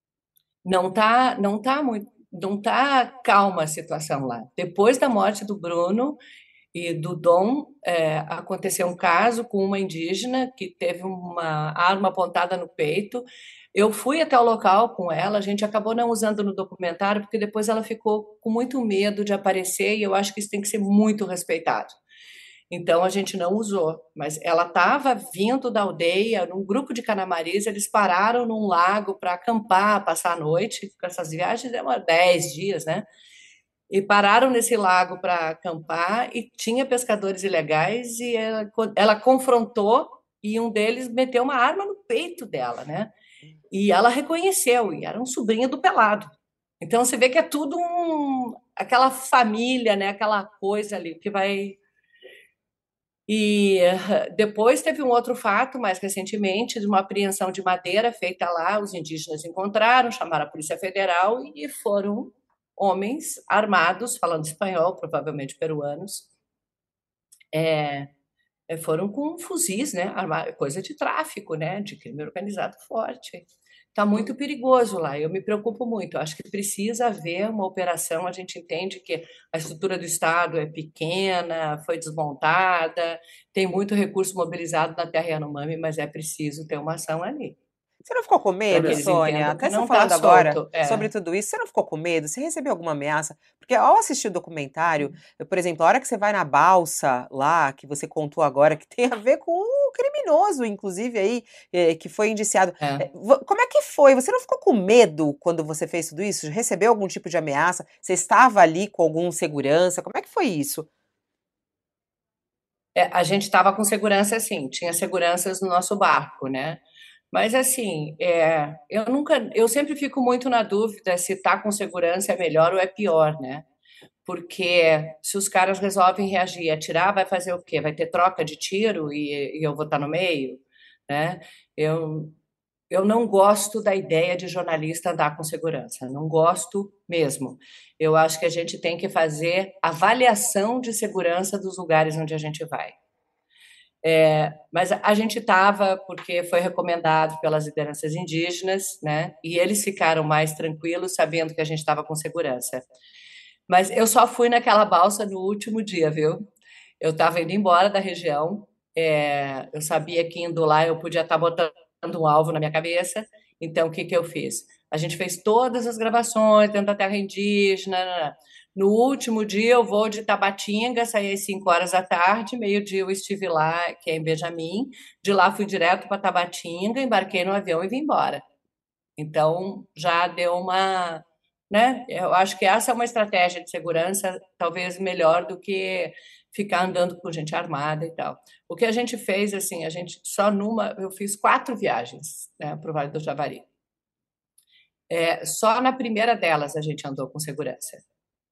C: não tá calma a situação lá. Depois da morte do Bruno e do Dom, aconteceu um caso com uma indígena que teve uma arma apontada no peito. Eu fui até o local com ela, a gente acabou não usando no documentário, porque depois ela ficou com muito medo de aparecer, e eu acho que isso tem que ser muito respeitado. Então a gente não usou, mas ela estava vindo da aldeia, num grupo de canamaris, eles pararam num lago para acampar, passar a noite, porque essas viagens demoram 10 dias, né? E pararam nesse lago para acampar e tinha pescadores ilegais e ela confrontou e um deles meteu uma arma no peito dela, né? E ela reconheceu, e era um sobrinho do Pelado. Então você vê que é tudo aquela família, né? Aquela coisa ali que vai. E depois teve um outro fato, mais recentemente, de uma apreensão de madeira feita lá. Os indígenas encontraram, chamaram a Polícia Federal e foram homens armados, falando espanhol, provavelmente peruanos, foram com fuzis, né? Coisa de tráfico, né? De crime organizado forte. Está muito perigoso lá. Eu me preocupo muito. Eu acho que precisa haver uma operação. A gente entende que a estrutura do Estado é pequena, foi desmontada, tem muito recurso mobilizado na terra Yanomami, mas é preciso ter uma ação ali,
B: Você não ficou com
C: para que
B: medo,
C: eles
B: Sônia?
C: entendam
B: Até
C: que
B: você
C: não está
B: falando agora
C: solto.
B: sobre tudo isso, você não ficou com medo? Você recebeu alguma ameaça? Porque ao assistir o documentário, por exemplo, a hora que você vai na balsa lá, que você contou agora, que tem a ver com um criminoso, inclusive, aí, que foi indiciado.
C: É.
B: Como é que foi? Você não ficou com medo quando você fez tudo isso? Recebeu algum tipo de ameaça? Você estava ali com algum segurança? Como é que foi isso?
C: A gente estava com segurança, assim, tinha seguranças no nosso barco, né? Mas assim, eu sempre fico muito na dúvida se estar com segurança é melhor ou é pior, né? Porque se os caras resolvem reagir e atirar, vai fazer o quê? Vai ter troca de tiro e eu vou estar no meio, né? Eu, eu não gosto da ideia de jornalista andar com segurança, não gosto mesmo. Eu acho que a gente tem que fazer avaliação de segurança dos lugares onde a gente vai. Mas a gente estava porque foi recomendado pelas lideranças indígenas, né? E eles ficaram mais tranquilos sabendo que a gente estava com segurança. Mas eu só fui naquela balsa no último dia, viu? Eu estava indo embora da região, eu sabia que indo lá eu podia estar botando um alvo na minha cabeça, então o que que eu fiz? A gente fez todas as gravações dentro da terra indígena. No último dia eu vou de Tabatinga, saí às 5 horas da tarde, meio-dia eu estive lá, que é em Benjamim, de lá fui direto para Tabatinga, embarquei no avião e vim embora. Então já deu uma, né? Eu acho que essa é uma estratégia de segurança talvez melhor do que ficar andando com gente armada e tal. O que a gente fez, assim, a gente eu fiz 4 viagens, né, para o Vale do Javari. Só na primeira delas a gente andou com segurança.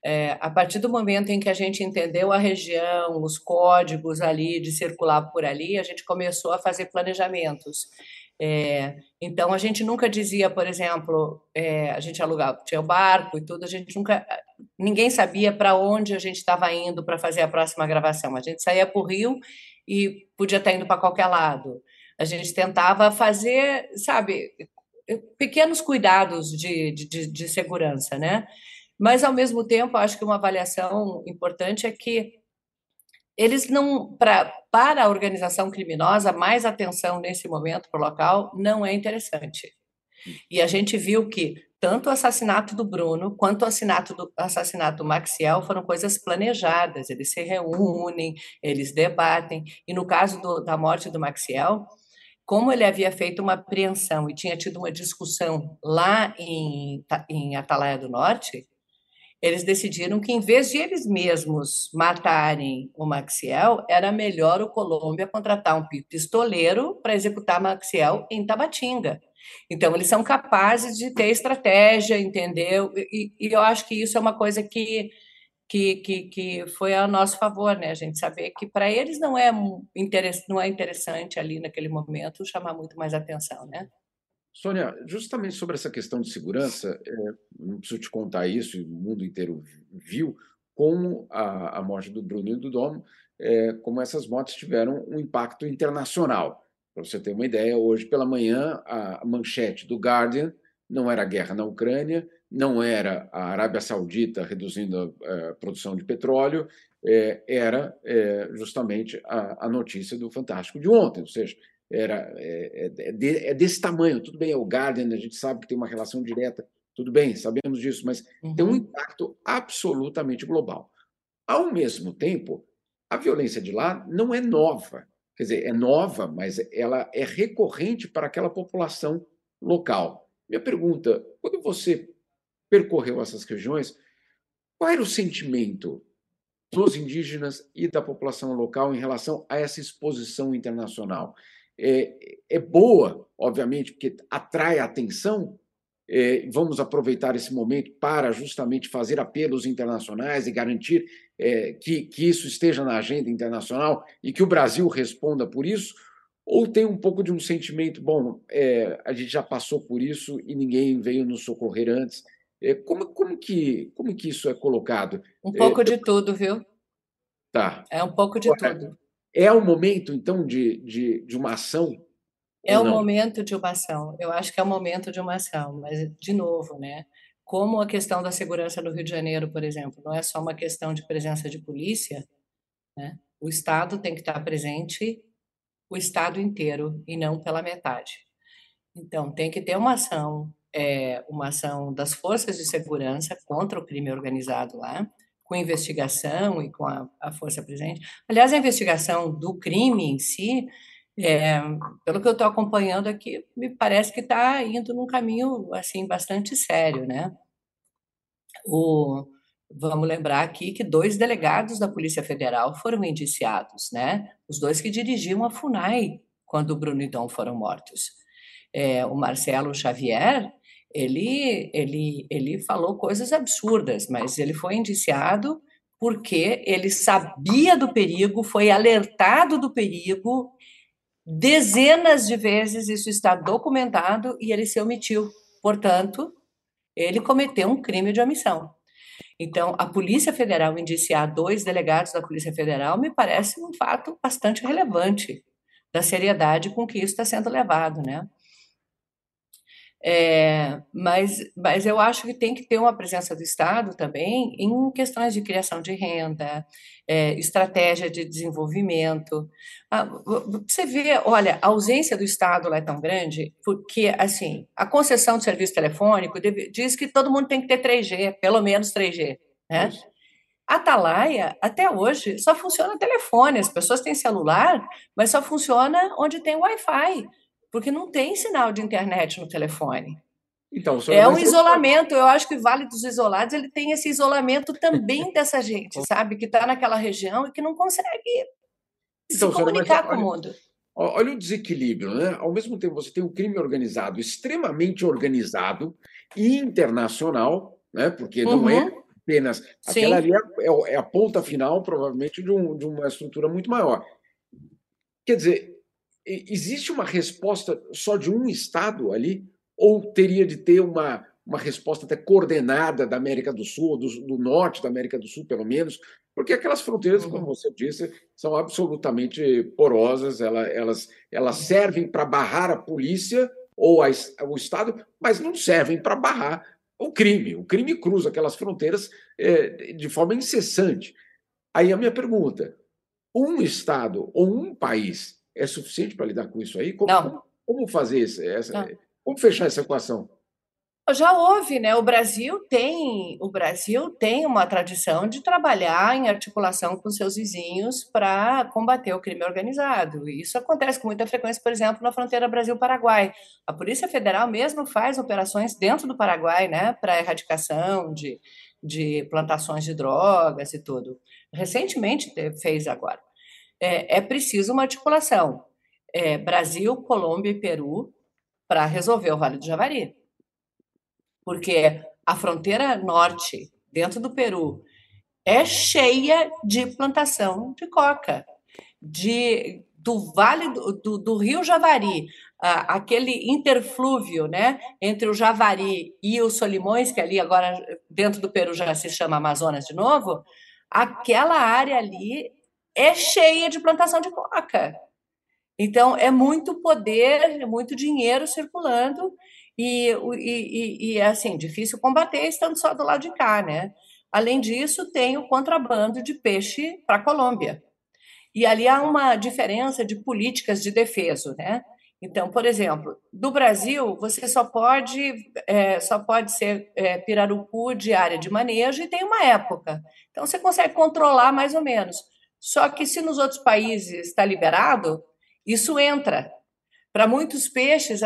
C: A partir do momento em que a gente entendeu a região, os códigos ali de circular por ali, a gente começou a fazer planejamentos. Então, a gente nunca dizia, por exemplo, a gente alugava, tinha o barco e tudo, ninguém sabia para onde a gente estava indo para fazer a próxima gravação. A gente saía para o Rio e podia estar indo para qualquer lado. A gente tentava fazer, sabe, pequenos cuidados de segurança, né? Mas, ao mesmo tempo, acho que uma avaliação importante é que eles não, para a organização criminosa, mais atenção nesse momento para o local não é interessante. E a gente viu que tanto o assassinato do Bruno quanto o assassinato do Maxiel foram coisas planejadas. Eles se reúnem, eles debatem. E no caso da morte do Maxiel, como ele havia feito uma apreensão e tinha tido uma discussão lá em Atalaia do Norte, eles decidiram que, em vez de eles mesmos matarem o Maxiel, era melhor o Colômbia contratar um pistoleiro para executar Maxiel em Tabatinga. Então, eles são capazes de ter estratégia, entendeu? E eu acho que isso é uma coisa que foi a nosso favor, né? A gente saber que para eles não é interessante ali naquele momento chamar muito mais atenção, né?
D: Sônia, justamente sobre essa questão de segurança, não preciso te contar isso, o mundo inteiro viu como a morte do Bruno e do Dom, como essas mortes tiveram um impacto internacional. Para você ter uma ideia, hoje pela manhã, a manchete do Guardian não era a guerra na Ucrânia, não era a Arábia Saudita reduzindo a produção de petróleo, era justamente a notícia do Fantástico de ontem, ou seja, é desse tamanho. Tudo bem, é o Guardian, a gente sabe que tem uma relação direta, tudo bem, sabemos disso, mas tem um impacto absolutamente global. Ao mesmo tempo, a violência de lá não é nova, quer dizer, é nova, mas ela é recorrente para aquela população local. Minha pergunta, quando você percorreu essas regiões, qual era o sentimento dos indígenas e da população local em relação a essa exposição internacional? É boa, obviamente, porque atrai a atenção. Vamos aproveitar esse momento para justamente fazer apelos internacionais e garantir que isso esteja na agenda internacional e que o Brasil responda por isso? Ou tem um pouco de um sentimento, bom, a gente já passou por isso e ninguém veio nos socorrer antes? Como que isso é colocado?
C: Um pouco de tudo, viu?
D: Tá.
C: É um pouco de tudo.
D: É o momento, então, de uma ação?
C: É o momento de uma ação. Eu acho que é o momento de uma ação, mas, de novo, né? Como a questão da segurança no Rio de Janeiro, por exemplo, não é só uma questão de presença de polícia, né? O Estado tem que estar presente, o Estado inteiro, e não pela metade. Então, tem que ter uma ação das forças de segurança contra o crime organizado lá, com investigação e com a força presente. Aliás, a investigação do crime em si, pelo que eu estou acompanhando aqui, me parece que está indo num caminho assim bastante sério, né? Vamos lembrar aqui que 2 delegados da Polícia Federal foram indiciados, né? Os 2 que dirigiam a FUNAI quando o Bruno e Dom foram mortos. O Marcelo Xavier, ele falou coisas absurdas, mas ele foi indiciado porque ele sabia do perigo, foi alertado do perigo dezenas de vezes, isso está documentado, e ele se omitiu. Portanto, ele cometeu um crime de omissão. Então, a Polícia Federal indiciar 2 delegados da Polícia Federal me parece um fato bastante relevante da seriedade com que isso está sendo levado, né? Mas eu acho que tem que ter uma presença do Estado também em questões de criação de renda, estratégia de desenvolvimento. Você vê, olha, a ausência do Estado lá é tão grande porque, assim, a concessão de serviço telefônico diz que todo mundo tem que ter 3G, pelo menos 3G, né? Atalaia, até hoje, só funciona telefone. As pessoas têm celular, mas só funciona onde tem Wi-Fi, porque não tem sinal de internet no telefone.
D: Então,
C: é um isolamento. Eu acho que o Vale dos Isolados ele tem esse isolamento também dessa gente, sabe? Que está naquela região e que não consegue se comunicar com o mundo.
D: Olha o desequilíbrio, né? Ao mesmo tempo, você tem um crime organizado, extremamente organizado e internacional, né? Porque não é apenas. Aquela
C: Sim.
D: ali é a ponta final, provavelmente, de uma estrutura muito maior. Quer dizer, existe uma resposta só de um Estado ali? Ou teria de ter uma resposta até coordenada da América do Sul, do norte da América do Sul, pelo menos? Porque aquelas fronteiras, como você disse, são absolutamente porosas, elas servem para barrar a polícia ou o Estado, mas não servem para barrar o crime. O crime cruza aquelas fronteiras de forma incessante. Aí a minha pergunta: um Estado ou um país é suficiente para lidar com isso aí?
C: Não,
D: Como fazer
C: não.
D: como fechar essa equação?
C: Já houve, né? O Brasil tem uma tradição de trabalhar em articulação com seus vizinhos para combater o crime organizado. E isso acontece com muita frequência, por exemplo, na fronteira Brasil-Paraguai. A Polícia Federal mesmo faz operações dentro do Paraguai, né, para erradicação de plantações de drogas e tudo. Recentemente fez agora. É preciso uma articulação. Brasil, Colômbia e Peru para resolver o Vale do Javari. Porque a fronteira norte, dentro do Peru, é cheia de plantação de coca, do Vale do Rio Javari, aquele interflúvio, né, entre o Javari e os Solimões, que ali agora dentro do Peru já se chama Amazonas de novo, aquela área ali é cheia de plantação de coca. Então, é muito poder, é muito dinheiro circulando e assim, difícil combater estando só do lado de cá, né? Além disso, tem o contrabando de peixe para a Colômbia. E ali há uma diferença de políticas de defesa, né? Então, por exemplo, do Brasil, você só pode ser pirarucu de área de manejo e tem uma época. Então, você consegue controlar mais ou menos. Só que se nos outros países está liberado, isso entra. Para muitos peixes,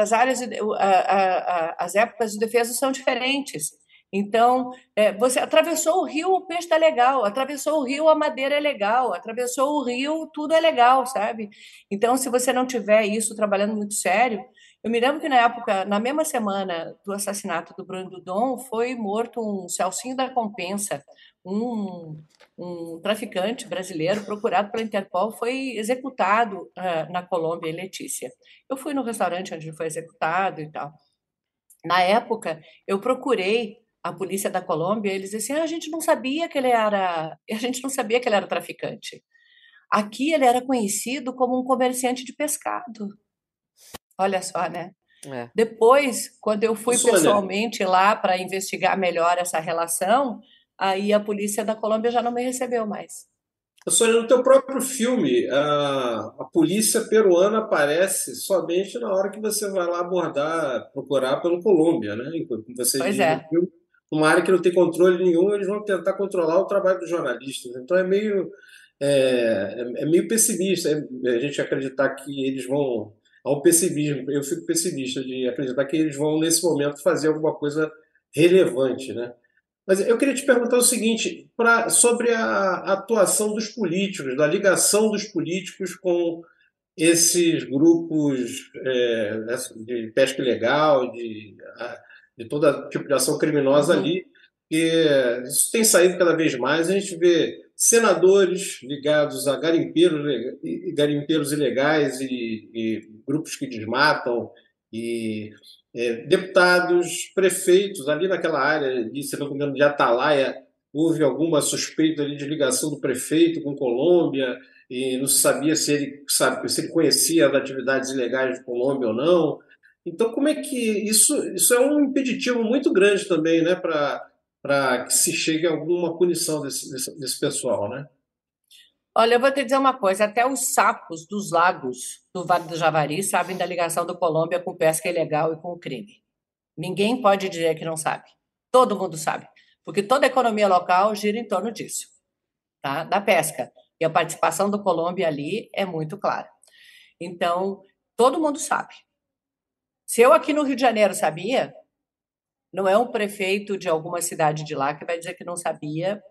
C: as épocas de defesa são diferentes. Então, você atravessou o rio, o peixe está legal, atravessou o rio, a madeira é legal, atravessou o rio, tudo é legal, sabe? Então, se você não tiver isso trabalhando muito sério, eu me lembro que na época, na mesma semana do assassinato do Bruno Dudon, foi morto um Celcinho da Compensa, um, um traficante brasileiro procurado pela Interpol, foi executado na Colômbia, em Letícia. Eu fui no restaurante onde ele foi executado e tal. Na época, eu procurei a polícia da Colômbia, e eles diziam assim, a gente não sabia que ele era traficante. Aqui ele era conhecido como um comerciante de pescado. Olha só, né? Depois, quando eu fui
E: Sônia,
C: pessoalmente lá para investigar melhor essa relação, aí a polícia da Colômbia já não me recebeu mais.
E: Sônia, no teu próprio filme, a polícia peruana aparece somente na hora que você vai lá procurar pelo Colômbia, né? Como você
C: Pois
E: diz no
C: é.
E: filme, uma área que não tem controle nenhum, eles vão tentar controlar o trabalho dos jornalistas. Então é meio pessimista a gente acreditar que eles vão. Há um pessimismo, eu fico pessimista de acreditar que eles vão, nesse momento, fazer alguma coisa relevante, né? Mas eu queria te perguntar o seguinte, sobre a atuação dos políticos, da ligação dos políticos com esses grupos de pesca ilegal, de todo tipo de ação criminosa
C: Uhum.
E: ali, e isso tem saído cada vez mais. A gente vê senadores ligados a garimpeiros ilegais e grupos que desmatam, e deputados, prefeitos, ali naquela área, se não me engano, de Atalaia, houve alguma suspeita ali de ligação do prefeito com Colômbia, e não se sabia se ele conhecia as atividades ilegais de Colômbia ou não. Então, como é que isso é um impeditivo muito grande também, né, para que se chegue a alguma punição desse pessoal, né?
C: Olha, eu vou te dizer uma coisa: até os sapos dos lagos do Vale do Javari sabem da ligação da Colômbia com pesca ilegal e com o crime. Ninguém pode dizer que não sabe. Todo mundo sabe, porque toda a economia local gira em torno disso, tá? Da pesca. E a participação do Colômbia ali é muito clara. Então, todo mundo sabe. Se eu aqui no Rio de Janeiro sabia, não é um prefeito de alguma cidade de lá que vai dizer que não sabia,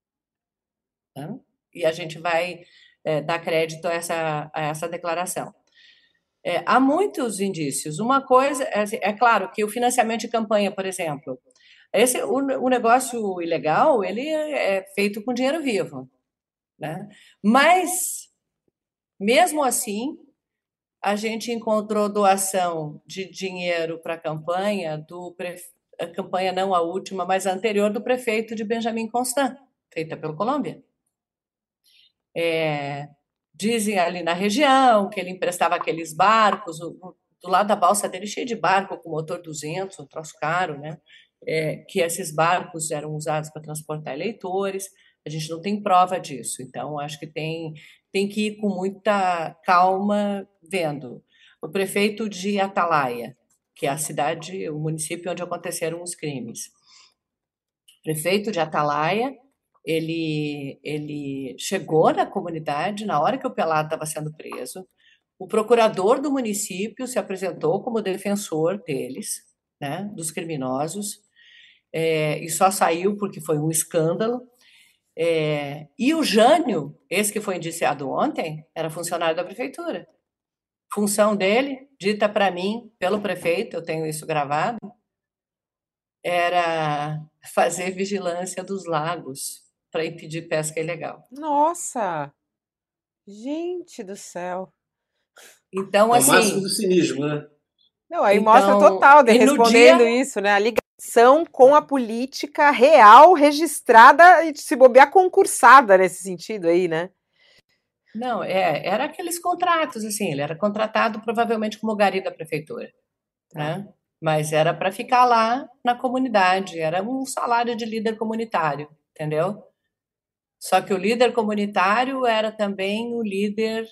C: né? E a gente vai dar crédito a essa declaração. Há muitos indícios. Uma coisa, é claro que o financiamento de campanha, por exemplo, O negócio ilegal, ele é feito com dinheiro vivo, né? Mas, mesmo assim, a gente encontrou doação de dinheiro para a campanha a campanha não a última, mas a anterior, do prefeito de Benjamin Constant, feita pelo Colômbia. Dizem ali na região que ele emprestava aqueles barcos, do lado da balsa dele cheio de barco com motor 200, um troço caro, né? Que esses barcos eram usados para transportar eleitores. A gente não tem prova disso, então acho que tem que ir com muita calma vendo. O prefeito de Atalaia, que é a cidade, o município onde aconteceram os crimes. O prefeito de Atalaia, ele chegou na comunidade na hora que o Pelado estava sendo preso. O procurador do município se apresentou como defensor deles, né, dos criminosos, e só saiu porque foi um escândalo. E o Jânio, esse que foi indiciado ontem, era funcionário da prefeitura. Função dele, dita para mim pelo prefeito, eu tenho isso gravado, era fazer vigilância dos lagos para impedir pesca ilegal.
B: Nossa! Gente do céu!
C: Então,
E: É o
C: assim,
E: máximo do cinismo, né?
B: Não, aí
C: Então,
B: mostra total de
C: e no
B: respondendo
C: dia-
B: isso, né? A ligação com a política real, registrada e se bobear concursada nesse sentido aí, né?
C: não, era aqueles contratos, assim, ele era contratado provavelmente como gari da prefeitura, né? Mas era para ficar lá na comunidade, era um salário de líder comunitário, entendeu? Só que o líder comunitário era também o líder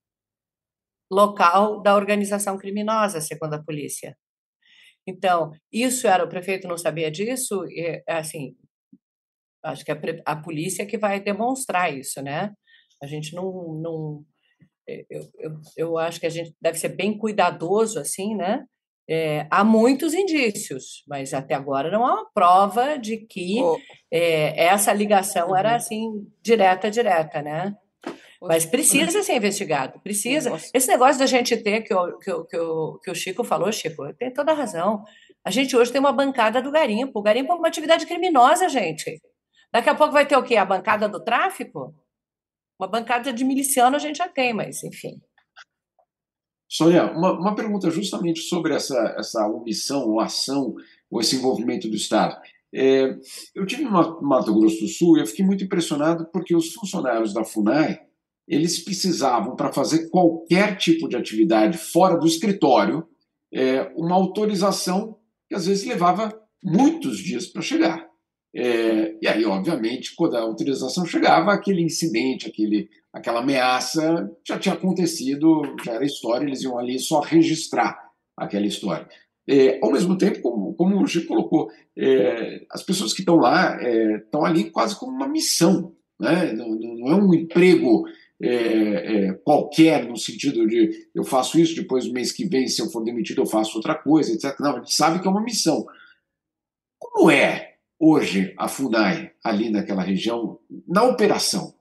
C: local da organização criminosa, segundo a polícia. Então, isso era, o prefeito não sabia disso, assim, acho que a polícia que vai demonstrar isso, né? A gente não eu acho que a gente deve ser bem cuidadoso, assim, né? Há muitos indícios, mas até agora não há uma prova de que essa ligação era, assim, direta, né? Mas precisa ser investigado, precisa. Esse negócio da gente ter, que o Chico falou, Chico, tem toda a razão. A gente hoje tem uma bancada do garimpo. O garimpo é uma atividade criminosa, gente. Daqui a pouco vai ter o quê? A bancada do tráfico? Uma bancada de miliciano a gente já tem, mas enfim.
D: Sônia, uma pergunta justamente sobre essa omissão ou ação ou esse envolvimento do Estado. Eu tive no Mato Grosso do Sul e eu fiquei muito impressionado porque os funcionários da FUNAI, eles precisavam, para fazer qualquer tipo de atividade fora do escritório, uma autorização que às vezes levava muitos dias para chegar. E aí, obviamente, quando a autorização chegava, aquele incidente, aquela ameaça já tinha acontecido, já era história, eles iam ali só registrar aquela história. Ao mesmo tempo, como o Chico colocou, as pessoas que estão lá estão ali quase como uma missão, né? Não é um emprego qualquer, no sentido de eu faço isso, depois do mês que vem, se eu for demitido, eu faço outra coisa, etc. Não, a gente sabe que é uma missão. Como é hoje a FUNAI, ali naquela região, na operação?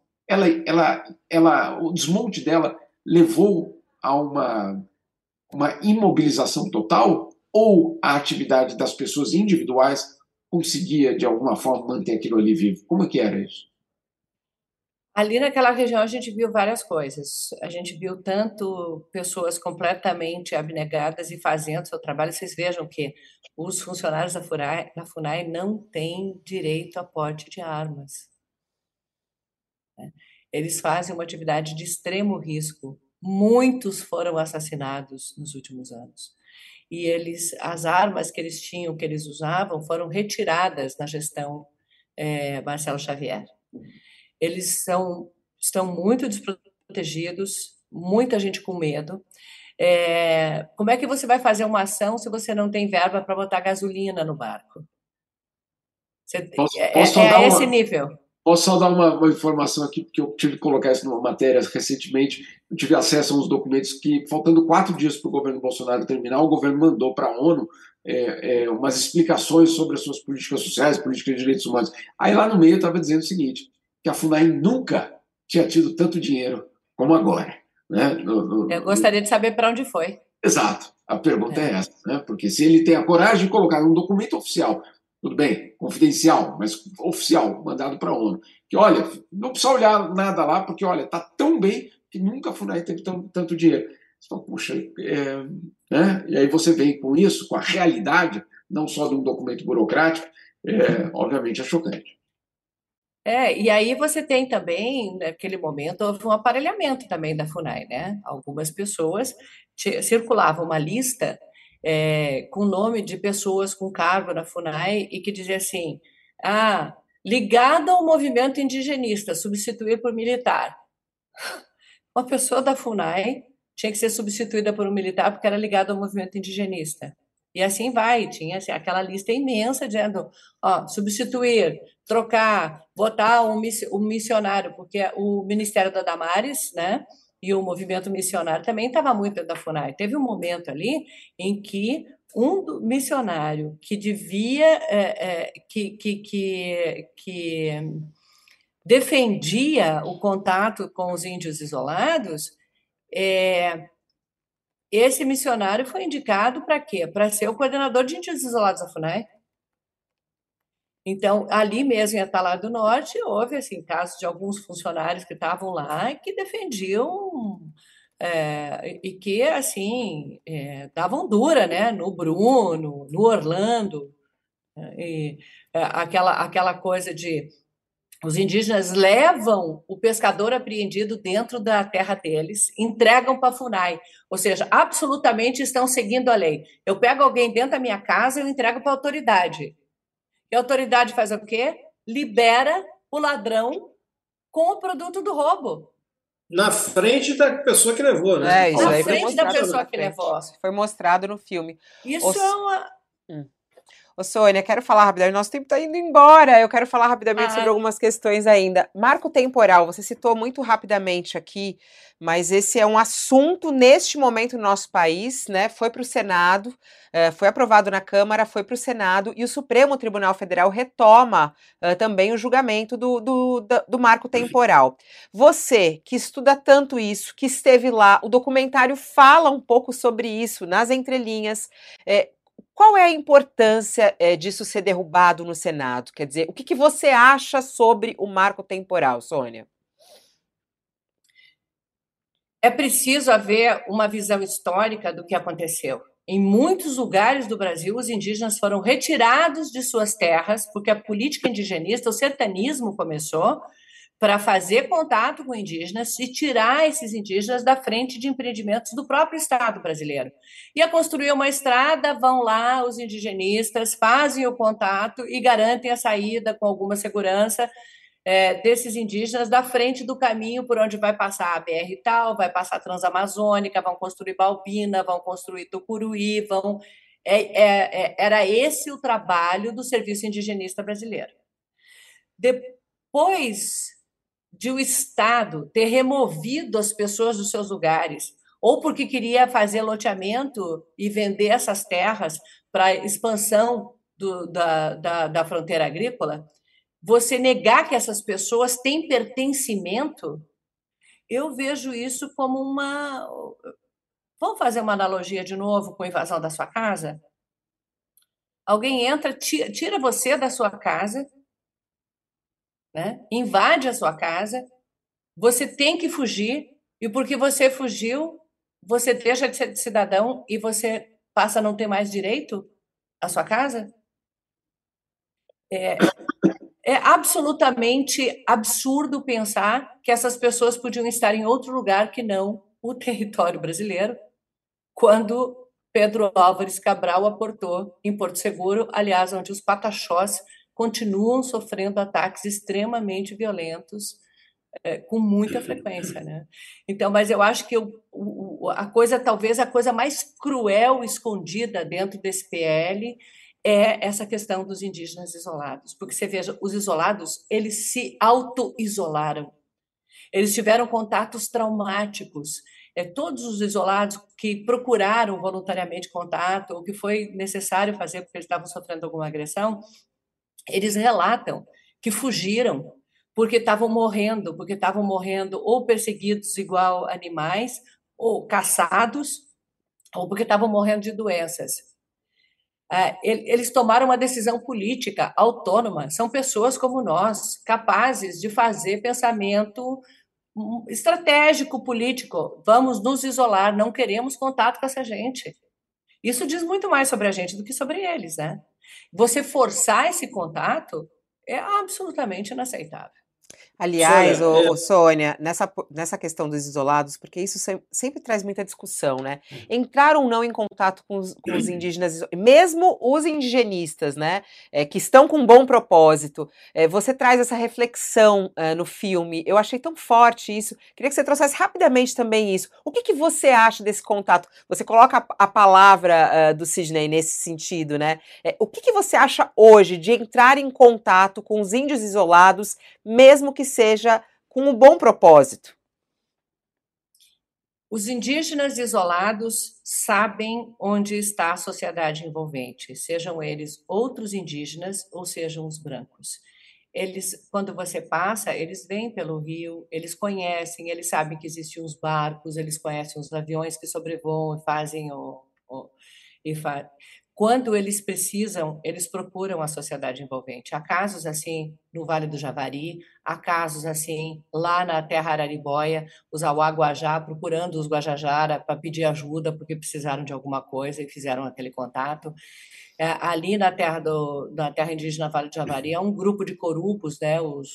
D: O desmonte dela levou a uma imobilização total ou a atividade das pessoas individuais conseguia, de alguma forma, manter aquilo ali vivo? Como é que era isso?
C: Ali naquela região a gente viu várias coisas. A gente viu tanto pessoas completamente abnegadas e fazendo seu trabalho. Vocês vejam que os funcionários da FUNAI não têm direito a porte de armas. Eles fazem uma atividade de extremo risco. Muitos foram assassinados nos últimos anos. E as armas que eles tinham, que eles usavam, foram retiradas na gestão Marcelo Xavier. Eles estão muito desprotegidos, muita gente com medo. Como é que você vai fazer uma ação se você não tem verba para botar gasolina no barco? A esse nível.
D: Posso só dar uma informação aqui, porque eu tive que colocar isso numa matéria recentemente. Eu tive acesso a uns documentos que, faltando 4 dias para o governo Bolsonaro terminar, o governo mandou para a ONU umas explicações sobre as suas políticas sociais, políticas de direitos humanos. Aí lá no meio estava dizendo o seguinte, que a FUNAI nunca tinha tido tanto dinheiro como agora. Né?
C: Eu gostaria de saber para onde foi.
D: Exato. A pergunta é essa. Né? Porque se ele tem a coragem de colocar num documento oficial tudo bem, confidencial, mas oficial, mandado para a ONU, que, olha, não precisa olhar nada lá, porque, olha, está tão bem que nunca a FUNAI teve tanto dinheiro. Você fala, puxa, né? E aí você vem com isso, com a realidade, não só de um documento burocrático, obviamente é chocante.
C: E aí você tem também, naquele momento, houve um aparelhamento também da FUNAI, né? Algumas pessoas circulava uma lista com o nome de pessoas com cargo na FUNAI e que dizia assim, ligado ao movimento indigenista, substituir por militar. Uma pessoa da FUNAI tinha que ser substituída por um militar porque era ligado ao movimento indigenista. E assim vai, tinha assim, aquela lista imensa dizendo, substituir, trocar, votar um missionário, porque o Ministério da Damares, né, e o movimento missionário também estava muito dentro da FUNAI. Teve um momento ali em que um missionário que devia, que defendia o contato com os índios isolados, esse missionário foi indicado para quê? Para ser o coordenador de índios isolados da FUNAI. Então, ali mesmo em Atalaia do Norte, houve assim, casos de alguns funcionários que estavam lá e que defendiam e que, assim, davam dura, né? No Bruno, no Orlando, e aquela coisa de os indígenas levam o pescador apreendido dentro da terra deles, entregam para a FUNAI, ou seja, absolutamente estão seguindo a lei. Eu pego alguém dentro da minha casa e eu entrego para a autoridade. E a autoridade faz o quê? Libera o ladrão com o produto do roubo.
E: Na frente da pessoa que levou, né?
B: Isso
C: na
B: aí
C: frente da pessoa que levou.
B: Foi mostrado no filme.
C: Isso é uma...
B: Ô, Sônia, quero falar rapidamente, nosso tempo está indo embora, eu quero falar rapidamente sobre algumas questões ainda. Marco temporal, você citou muito rapidamente aqui, mas esse é um assunto neste momento no nosso país, né? Foi para o Senado, foi aprovado na Câmara, foi para o Senado, e o Supremo Tribunal Federal retoma também o julgamento do marco temporal. Você, que estuda tanto isso, que esteve lá, o documentário fala um pouco sobre isso, nas entrelinhas, qual é a importância disso ser derrubado no Senado? Quer dizer, o que você acha sobre o marco temporal, Sônia?
C: É preciso haver uma visão histórica do que aconteceu. Em muitos lugares do Brasil, os indígenas foram retirados de suas terras, porque a política indigenista, o sertanismo começou para fazer contato com indígenas e tirar esses indígenas da frente de empreendimentos do próprio Estado brasileiro. Ia construir uma estrada, vão lá os indigenistas, fazem o contato e garantem a saída com alguma segurança desses indígenas da frente do caminho por onde vai passar a BR tal, vai passar a Transamazônica, vão construir Balbina, vão construir Tucuruí, era esse o trabalho do Serviço Indigenista Brasileiro. Depois de o Estado ter removido as pessoas dos seus lugares, ou porque queria fazer loteamento e vender essas terras para expansão da fronteira agrícola, você negar que essas pessoas têm pertencimento, eu vejo isso como uma... Vamos fazer uma analogia de novo com a invasão da sua casa? Alguém entra, tira você da sua casa, né? Invade a sua casa, você tem que fugir, e porque você fugiu, você deixa de ser cidadão e você passa a não ter mais direito à sua casa? É absolutamente absurdo pensar que essas pessoas podiam estar em outro lugar que não o território brasileiro, quando Pedro Álvares Cabral aportou em Porto Seguro, aliás, onde os pataxós continuam sofrendo ataques extremamente violentos, com muita frequência, né? Então, mas eu acho que talvez a coisa mais cruel escondida dentro desse PL é essa questão dos indígenas isolados, porque você veja, os isolados, eles se auto-isolaram, eles tiveram contatos traumáticos, todos os isolados que procuraram voluntariamente contato, ou que foi necessário fazer porque eles estavam sofrendo alguma agressão, eles relatam que fugiram porque estavam morrendo ou perseguidos igual animais, ou caçados, ou porque estavam morrendo de doenças. Eles tomaram uma decisão política autônoma, são pessoas como nós, capazes de fazer pensamento estratégico, político. Vamos nos isolar, não queremos contato com essa gente. Isso diz muito mais sobre a gente do que sobre eles, né? Você forçar esse contato é absolutamente inaceitável.
B: Aliás,
E: Sônia,
B: Sônia, nessa questão dos isolados, porque isso sempre traz muita discussão, né? Entrar ou não em contato com os indígenas, mesmo os indigenistas, né? Que estão com um bom propósito. Você traz essa reflexão no filme. Eu achei tão forte isso. Queria que você trouxesse rapidamente também isso. O que você acha desse contato? Você coloca a palavra do Sidney nesse sentido, né? O que você acha hoje de entrar em contato com os índios isolados, mesmo que seja com um bom propósito?
C: Os indígenas isolados sabem onde está a sociedade envolvente, sejam eles outros indígenas ou sejam os brancos. Eles, quando você passa, eles vêm pelo rio, eles conhecem, eles sabem que existem os barcos, eles conhecem os aviões que sobrevoam e fazem Quando eles precisam, eles procuram a sociedade envolvente. Há casos assim no Vale do Javari, há casos assim lá na Terra Araribóia, os Auá-Guajá procurando os Guajajara para pedir ajuda porque precisaram de alguma coisa e fizeram aquele contato. Ali na terra indígena Vale do Javari, há um grupo de corupos, né,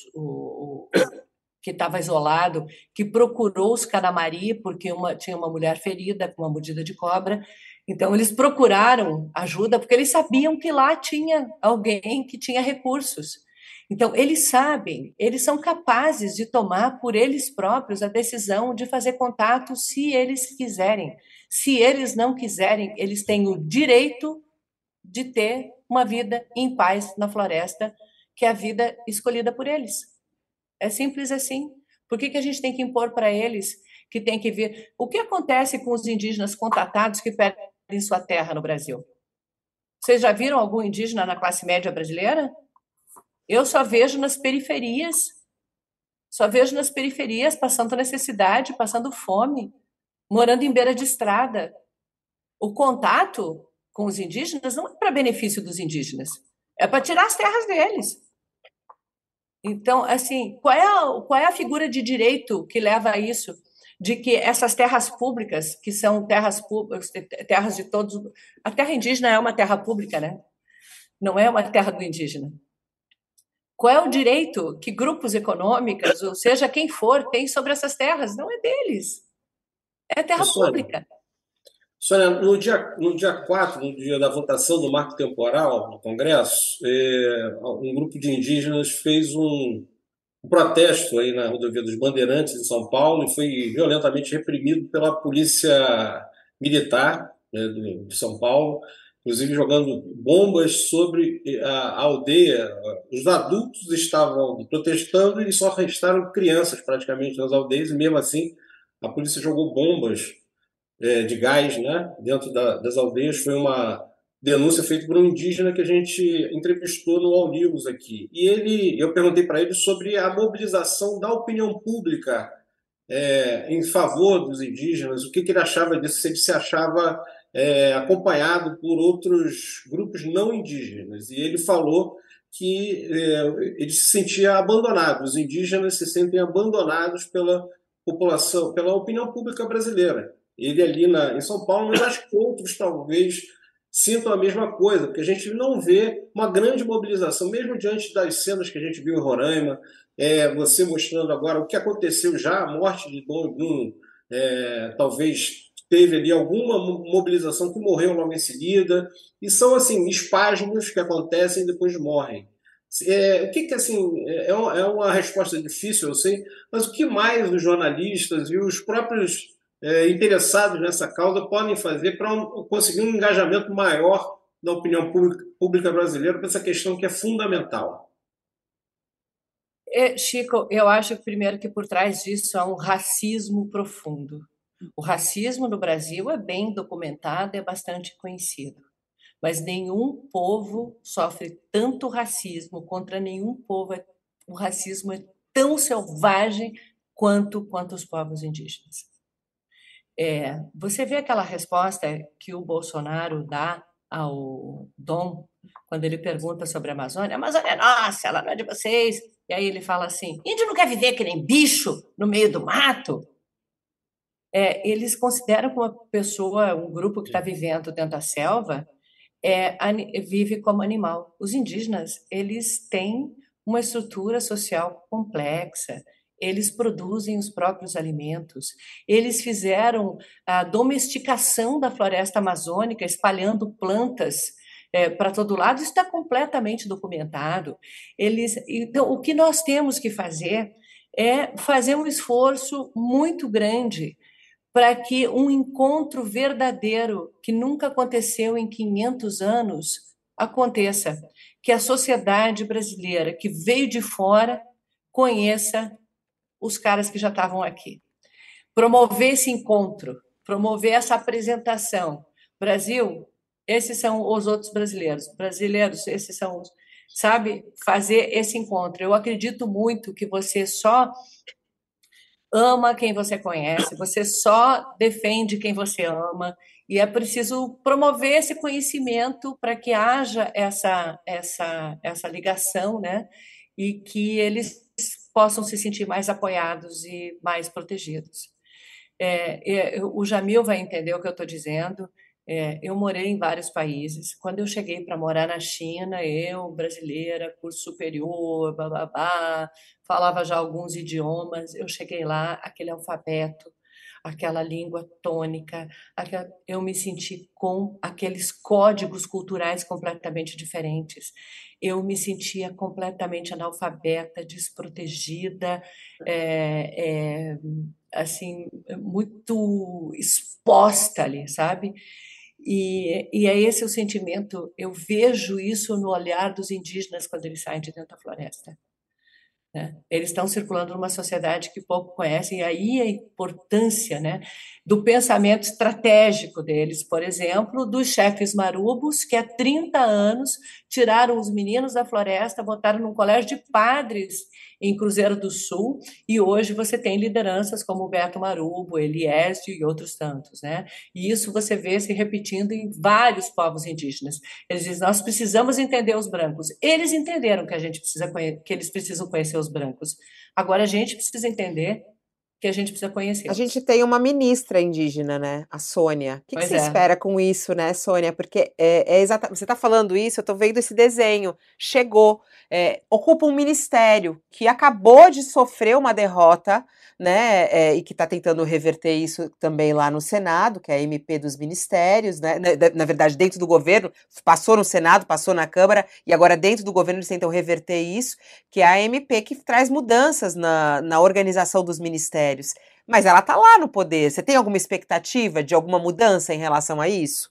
C: que estava isolado, que procurou os Canamari, porque tinha uma mulher ferida com uma mordida de cobra. Então, eles procuraram ajuda, porque eles sabiam que lá tinha alguém que tinha recursos. Então, eles sabem, eles são capazes de tomar por eles próprios a decisão de fazer contato se eles quiserem. Se eles não quiserem, eles têm o direito de ter uma vida em paz na floresta, que é a vida escolhida por eles. É simples assim. Por que a gente tem que impor para eles que tem que vir? O que acontece com os indígenas contatados que perdem sua terra no Brasil? Vocês já viram algum indígena na classe média brasileira? Eu só vejo nas periferias. Só vejo nas periferias, passando necessidade, passando fome, morando em beira de estrada. O contato com os indígenas não é para benefício dos indígenas, é para tirar as terras deles. Então, assim, qual é a figura de direito que leva a isso? De que essas terras públicas, que são terras públicas, terras de todos... A terra indígena é uma terra pública, né? Não é uma terra do indígena. Qual é o direito que grupos econômicos, ou seja, quem for, tem sobre essas terras? Não é deles. É terra pública.
E: Sônia, no dia 4, no dia da votação do marco temporal no Congresso, um grupo de indígenas fez um protesto aí na rodovia dos Bandeirantes, em São Paulo, e foi violentamente reprimido pela polícia militar, né, de São Paulo, inclusive jogando bombas sobre a aldeia. Os adultos estavam protestando e só restaram crianças praticamente nas aldeias, e mesmo assim a polícia jogou bombas de gás, né, dentro das aldeias. Foi uma denúncia feita por um indígena que a gente entrevistou no All News aqui. E eu perguntei para ele sobre a mobilização da opinião pública em favor dos indígenas, o que ele achava disso, se ele se achava acompanhado por outros grupos não indígenas. E ele falou que ele se sentia abandonado, os indígenas se sentem abandonados pela população, pela opinião pública brasileira. Ele ali em São Paulo, mas acho que outros talvez sintam a mesma coisa, porque a gente não vê uma grande mobilização, mesmo diante das cenas que a gente viu em Roraima, você mostrando agora o que aconteceu já, a morte de Dom Bruno, talvez teve ali alguma mobilização que morreu logo em seguida, e são assim espasmos que acontecem e depois morrem. O que assim, é uma resposta difícil, eu sei, mas o que mais os jornalistas e os próprios interessados nessa causa podem fazer para conseguir um engajamento maior da opinião pública brasileira para essa questão que é fundamental?
C: Chico, eu acho primeiro que por trás disso há um racismo profundo. O racismo no Brasil é bem documentado, é bastante conhecido, mas nenhum povo sofre tanto racismo, contra nenhum povo o racismo é tão selvagem quanto os povos indígenas. Você vê aquela resposta que o Bolsonaro dá ao Dom, quando ele pergunta sobre a Amazônia é nossa, ela não é de vocês. E aí ele fala assim, índio não quer viver que nem bicho no meio do mato? Eles consideram que uma pessoa, um grupo que está vivendo dentro da selva, vive como animal. Os indígenas, eles têm uma estrutura social complexa, eles produzem os próprios alimentos, eles fizeram a domesticação da floresta amazônica, espalhando plantas para todo lado, isso está completamente documentado. Então, o que nós temos que fazer é fazer um esforço muito grande para que um encontro verdadeiro, que nunca aconteceu em 500 anos, aconteça. Que a sociedade brasileira que veio de fora conheça os caras que já estavam aqui. Promover esse encontro, promover essa apresentação. Brasil, esses são os outros brasileiros. Brasileiros, esses são os... Sabe? Fazer esse encontro. Eu acredito muito que você só ama quem você conhece, você só defende quem você ama, e é preciso promover esse conhecimento para que haja essa ligação, né? E que eles possam se sentir mais apoiados e mais protegidos. O Jamil vai entender o que eu estou dizendo. Eu morei em vários países. Quando eu cheguei para morar na China, eu, brasileira, curso superior, bababá, falava já alguns idiomas. Eu cheguei lá, aquele alfabeto, aquela língua tônica, eu me senti com aqueles códigos culturais completamente diferentes. Eu me sentia completamente analfabeta, desprotegida, assim, muito exposta ali, sabe? E é esse o sentimento, eu vejo isso no olhar dos indígenas quando eles saem de dentro da floresta. Né? Eles estão circulando numa sociedade que pouco conhecem, e aí a importância, né, do pensamento estratégico deles, por exemplo, dos chefes marubos, que há 30 anos tiraram os meninos da floresta, botaram num colégio de padres em Cruzeiro do Sul, e hoje você tem lideranças como o Beto Marubo, Eliésio e outros tantos, né? E isso você vê se repetindo em vários povos indígenas. Eles dizem, nós precisamos entender os brancos. Eles entenderam que que eles precisam conhecer os brancos. Agora a gente precisa entender que a gente precisa conhecer.
B: A gente tem uma ministra indígena, né? A Sônia. O que você espera com isso, né, Sônia? Porque exatamente. Você está falando isso, eu estou vendo esse desenho. Chegou, ocupa um ministério que acabou de sofrer uma derrota, né? E que está tentando reverter isso também lá no Senado, que é a MP dos ministérios, né? Na verdade, dentro do governo, passou no Senado, passou na Câmara, e agora dentro do governo eles tentam reverter isso, que é a MP que traz mudanças na organização dos ministérios. Mas ela está lá no poder. Você tem alguma expectativa de alguma mudança em relação a isso?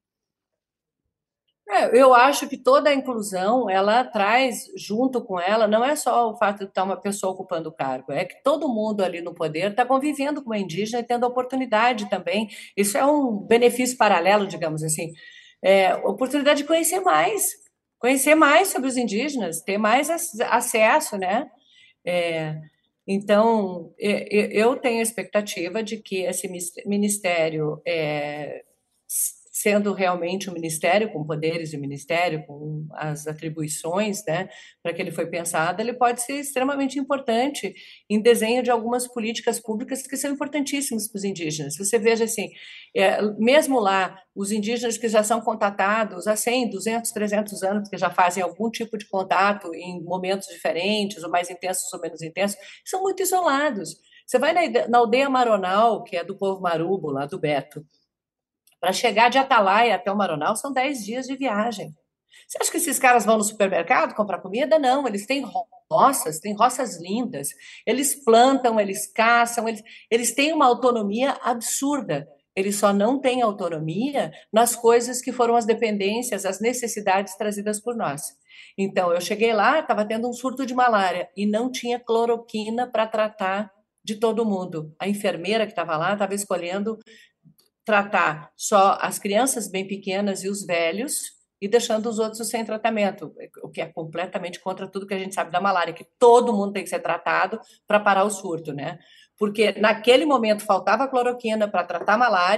C: Eu acho que toda a inclusão, ela traz junto com ela, não é só o fato de estar uma pessoa ocupando o cargo, é que todo mundo ali no poder está convivendo com uma indígena e tendo oportunidade também. Isso é um benefício paralelo, digamos assim. Oportunidade de conhecer mais sobre os indígenas, ter mais acesso, né? Então, eu tenho a expectativa de que esse ministério, sendo realmente um ministério com poderes de ministério, com as atribuições, né, para que ele foi pensado, ele pode ser extremamente importante em desenho de algumas políticas públicas que são importantíssimas para os indígenas. Você veja assim, mesmo lá, os indígenas que já são contatados há 100, 200, 300 anos, que já fazem algum tipo de contato em momentos diferentes, ou mais intensos ou menos intensos, são muito isolados. Você vai na aldeia Maronal, que é do povo Marubo, lá do Beto, para chegar de Atalaia até o Maronal são 10 dias de viagem. Você acha que esses caras vão no supermercado comprar comida? Não, eles têm roças lindas, eles plantam, eles caçam, eles têm uma autonomia absurda. Eles só não têm autonomia nas coisas que foram as dependências, as necessidades trazidas por nós. Então, eu cheguei lá, estava tendo um surto de malária e não tinha cloroquina para tratar de todo mundo. A enfermeira que estava lá estava escolhendo tratar só as crianças bem pequenas e os velhos e deixando os outros sem tratamento, o que é completamente contra tudo que a gente sabe da malária, que todo mundo tem que ser tratado para parar o surto, né? Porque naquele momento faltava cloroquina para tratar a malária,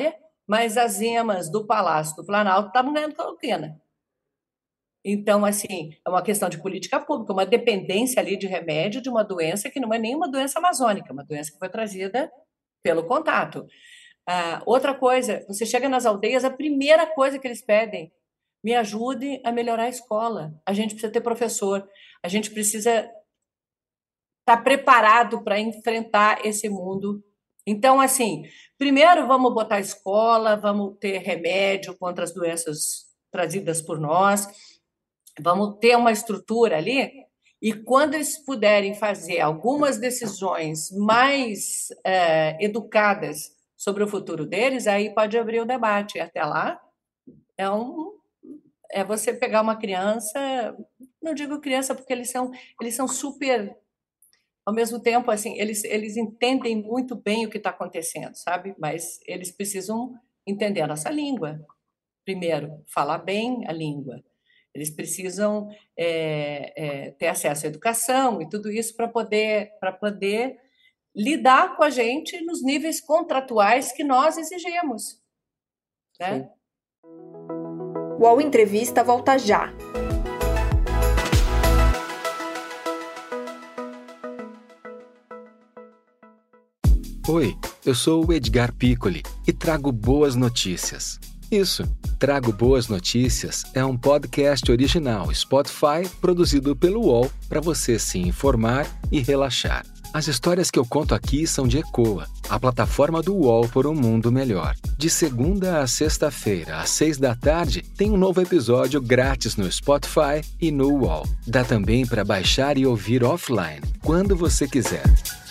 C: mas as emas do Palácio do Planalto estavam ganhando cloroquina. Então, assim, é uma questão de política pública, uma dependência ali de remédio de uma doença que não é nenhuma doença amazônica, é uma doença que foi trazida pelo contato. Outra coisa, você chega nas aldeias, a primeira coisa que eles pedem, me ajude a melhorar a escola. A gente precisa ter professor, a gente precisa estar preparado para enfrentar esse mundo. Então, assim, primeiro vamos botar escola, vamos ter remédio contra as doenças trazidas por nós, vamos ter uma estrutura ali, e quando eles puderem fazer algumas decisões mais educadas sobre o futuro deles, aí pode abrir o debate. Até lá, é você pegar uma criança, não digo criança porque eles são super, ao mesmo tempo, assim, eles entendem muito bem o que está acontecendo, sabe? Mas eles precisam entender a nossa língua. Primeiro, falar bem a língua. Eles precisam ter acesso à educação e tudo isso para poder lidar com a gente nos níveis contratuais que nós exigimos, né?
A: O UOL Entrevista volta já.
F: Oi, eu sou o Edgar Piccoli e trago boas notícias. Isso, Trago Boas Notícias é um podcast original Spotify produzido pelo UOL para você se informar e relaxar. As histórias que eu conto aqui são de Ecoa, a plataforma do UOL por um mundo melhor. De segunda a sexta-feira, às 18h, tem um novo episódio grátis no Spotify e no UOL. Dá também para baixar e ouvir offline, quando você quiser.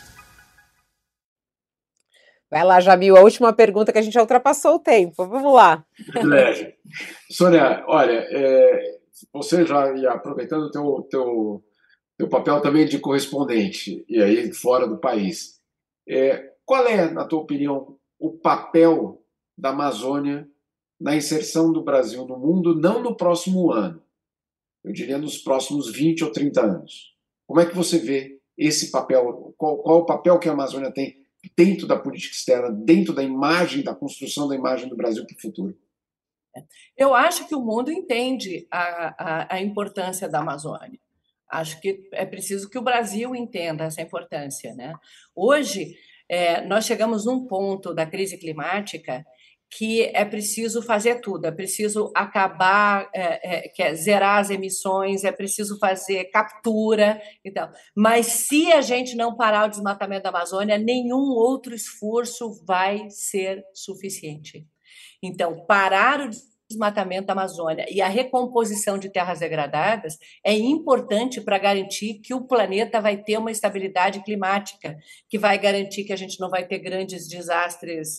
B: Vai lá, Jamil, a última pergunta que a gente já ultrapassou o tempo. Vamos lá.
D: Privilégio. Sônia, olha, você já ia aproveitando o teu papel também de correspondente, e aí fora do país. Qual é, na tua opinião, o papel da Amazônia na inserção do Brasil no mundo, não no próximo ano, eu diria nos próximos 20 ou 30 anos? Como é que você vê esse papel? Qual o papel que a Amazônia tem dentro da política externa, dentro da imagem, da construção da imagem do Brasil para o futuro?
C: Eu acho que o mundo entende a importância da Amazônia. Acho que é preciso que o Brasil entenda essa importância, né? Hoje, nós chegamos num ponto da crise climática que é preciso fazer tudo, é preciso acabar, zerar as emissões, é preciso fazer captura e tal. Mas se a gente não parar o desmatamento da Amazônia, nenhum outro esforço vai ser suficiente. Então, parar o desmatamento da Amazônia e a recomposição de terras degradadas é importante para garantir que o planeta vai ter uma estabilidade climática, que vai garantir que a gente não vai ter grandes desastres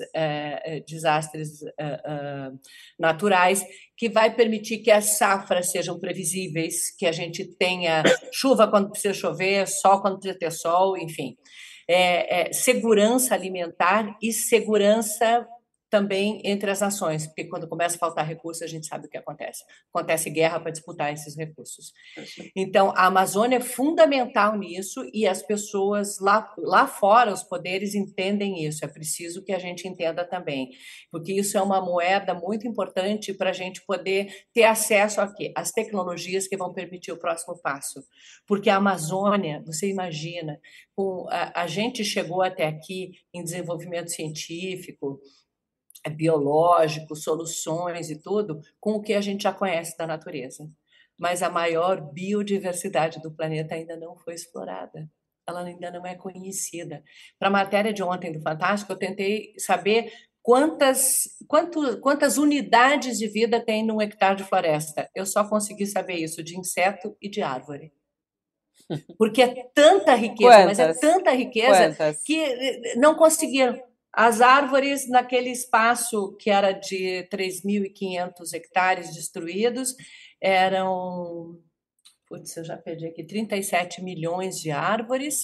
C: naturais, que vai permitir que as safras sejam previsíveis, que a gente tenha chuva quando precisa chover, sol quando precisa ter sol, enfim. Segurança alimentar e segurança também entre as nações, porque quando começa a faltar recursos, a gente sabe o que acontece. Acontece guerra para disputar esses recursos. Então, a Amazônia é fundamental nisso e as pessoas lá fora, os poderes, entendem isso. É preciso que a gente entenda também, porque isso é uma moeda muito importante para a gente poder ter acesso às tecnologias que vão permitir o próximo passo. Porque a Amazônia, você imagina, a gente chegou até aqui em desenvolvimento científico, biológico, soluções e tudo, com o que a gente já conhece da natureza. Mas a maior biodiversidade do planeta ainda não foi explorada. Ela ainda não é conhecida. Para a matéria de ontem do Fantástico, eu tentei saber quantas unidades de vida tem num hectare de floresta. Eu só consegui saber isso de inseto e de árvore. Porque é tanta riqueza, mas é tanta riqueza que não conseguiram. As árvores, naquele espaço que era de 3.500 hectares destruídos, eram, eu já perdi aqui, 37 milhões de árvores,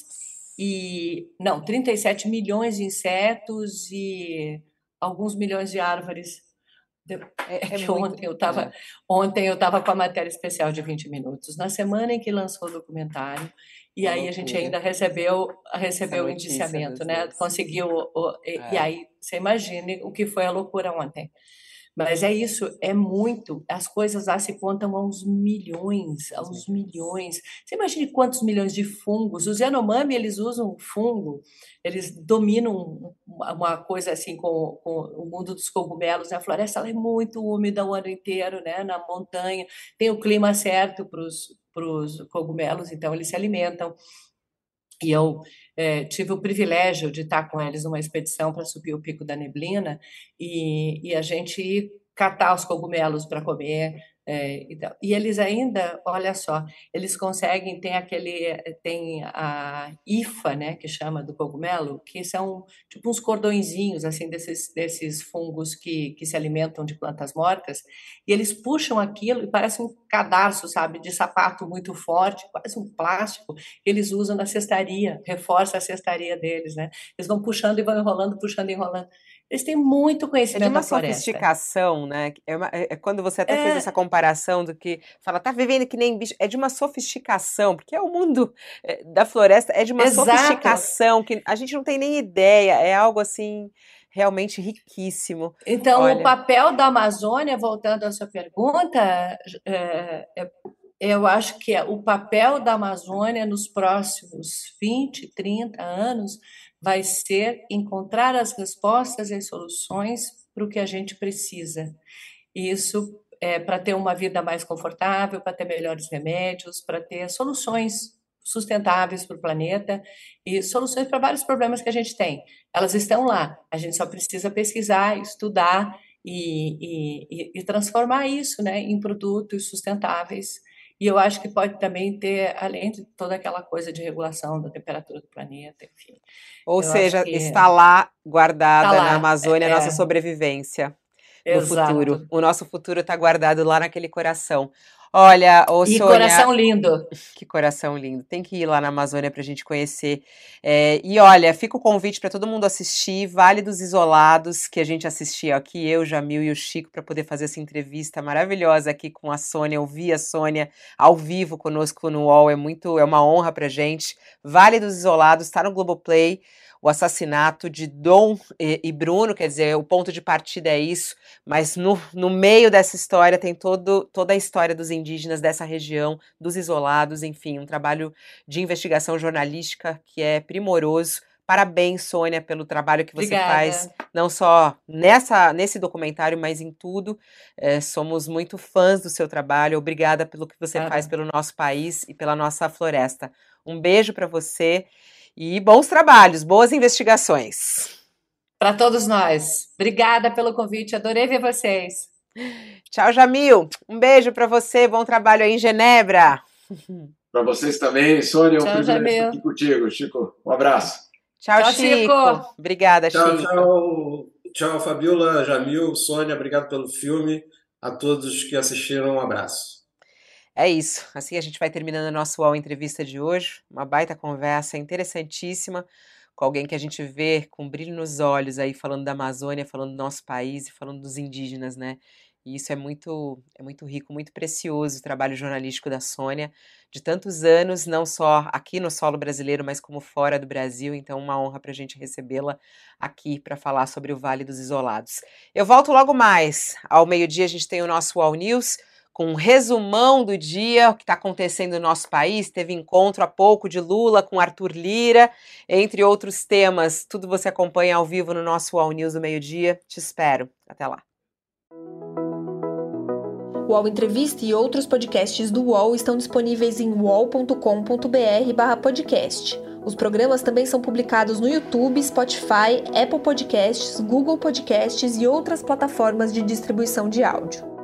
C: 37 milhões de insetos e alguns milhões de árvores. Ontem eu estava com a matéria especial de 20 minutos. Na semana em que lançou o documentário, E aí a gente ainda recebeu o indiciamento, né? Conseguiu. E aí, você imagine o que foi a loucura ontem. Mas é isso, é muito. As coisas lá se contam aos milhões. Você imagine quantos milhões de fungos. Os Yanomami, eles usam fungo, eles dominam uma coisa assim com o mundo dos cogumelos. A floresta ela é muito úmida o ano inteiro, né? Na montanha. Tem o clima certo para os cogumelos, então eles se alimentam. E eu tive o privilégio de estar com eles numa expedição para subir o Pico da Neblina e a gente ir catar os cogumelos para comer. E eles ainda, olha só, eles conseguem, tem a hifa, né, que chama do cogumelo, que são tipo uns cordõezinhos, assim, desses fungos que se alimentam de plantas mortas, e eles puxam aquilo e parece um cadarço, sabe, de sapato muito forte, quase um plástico, que eles usam na cestaria, reforça a cestaria deles, né? Eles vão puxando e vão enrolando, puxando e enrolando. Eles têm muito conhecimento da floresta.
B: É de uma sofisticação, né? Quando você até fez essa comparação do que fala, tá vivendo que nem bicho, é de uma sofisticação, porque é o mundo da floresta, é de uma sofisticação que a gente não tem nem ideia, é algo assim realmente riquíssimo.
C: Então, o papel da Amazônia, voltando à sua pergunta, eu acho que o papel da Amazônia nos próximos 20, 30 anos vai ser encontrar as respostas e as soluções para o que a gente precisa. Isso para ter uma vida mais confortável, para ter melhores remédios, para ter soluções sustentáveis para o planeta e soluções para vários problemas que a gente tem. Elas estão lá, a gente só precisa pesquisar, estudar e transformar isso, né, em produtos sustentáveis. E eu acho que pode também ter, além de toda aquela coisa de regulação da temperatura do planeta, enfim.
B: Ou seja, está lá guardada na Amazônia a nossa sobrevivência no futuro. O nosso futuro está guardado lá naquele coração. Olha, Sônia...
C: coração lindo.
B: Que coração lindo. Tem que ir lá na Amazônia para a gente conhecer. E olha, fica o convite para todo mundo assistir Vale dos Isolados, que a gente assistia aqui, eu, Jamil e o Chico, para poder fazer essa entrevista maravilhosa aqui com a Sônia. Ouvir a Sônia ao vivo conosco no UOL é uma honra para a gente. Vale dos Isolados, está no Globoplay. O assassinato de Dom e Bruno, quer dizer, o ponto de partida é isso, mas no meio dessa história tem toda a história dos indígenas dessa região, dos isolados, enfim, um trabalho de investigação jornalística que é primoroso. Parabéns, Sônia, pelo trabalho que você faz, não só nesse documentário, mas em tudo. Somos muito fãs do seu trabalho. Obrigada pelo que você faz pelo nosso país e pela nossa floresta. Um beijo para você. E bons trabalhos, boas investigações.
C: Para todos nós. Obrigada pelo convite, adorei ver vocês.
B: Tchau, Jamil. Um beijo para você, bom trabalho aí em Genebra.
D: Para vocês também, Sônia,
C: tchau,
D: um privilégio estar aqui contigo, Chico. Um abraço.
B: Tchau, Chico. Obrigada, Chico.
E: Tchau, Fabiola, Jamil, Sônia, obrigado pelo filme. A todos que assistiram, um abraço.
B: É isso, assim a gente vai terminando a nossa UOL Entrevista de hoje, uma baita conversa interessantíssima, com alguém que a gente vê com brilho nos olhos aí, falando da Amazônia, falando do nosso país e falando dos indígenas, né? E isso é muito rico, muito precioso o trabalho jornalístico da Sônia, de tantos anos, não só aqui no solo brasileiro, mas como fora do Brasil, então uma honra para a gente recebê-la aqui para falar sobre o Vale dos Isolados. Eu volto logo mais, ao meio-dia a gente tem o nosso UOL News, com um resumão do dia, o que está acontecendo no nosso país. Teve encontro há pouco de Lula com Arthur Lira, entre outros temas. Tudo você acompanha ao vivo no nosso UOL News do meio-dia. Te espero. Até lá.
A: O UOL Entrevista e outros podcasts do UOL estão disponíveis em uol.com.br/podcast. Os programas também são publicados no YouTube, Spotify, Apple Podcasts, Google Podcasts e outras plataformas de distribuição de áudio.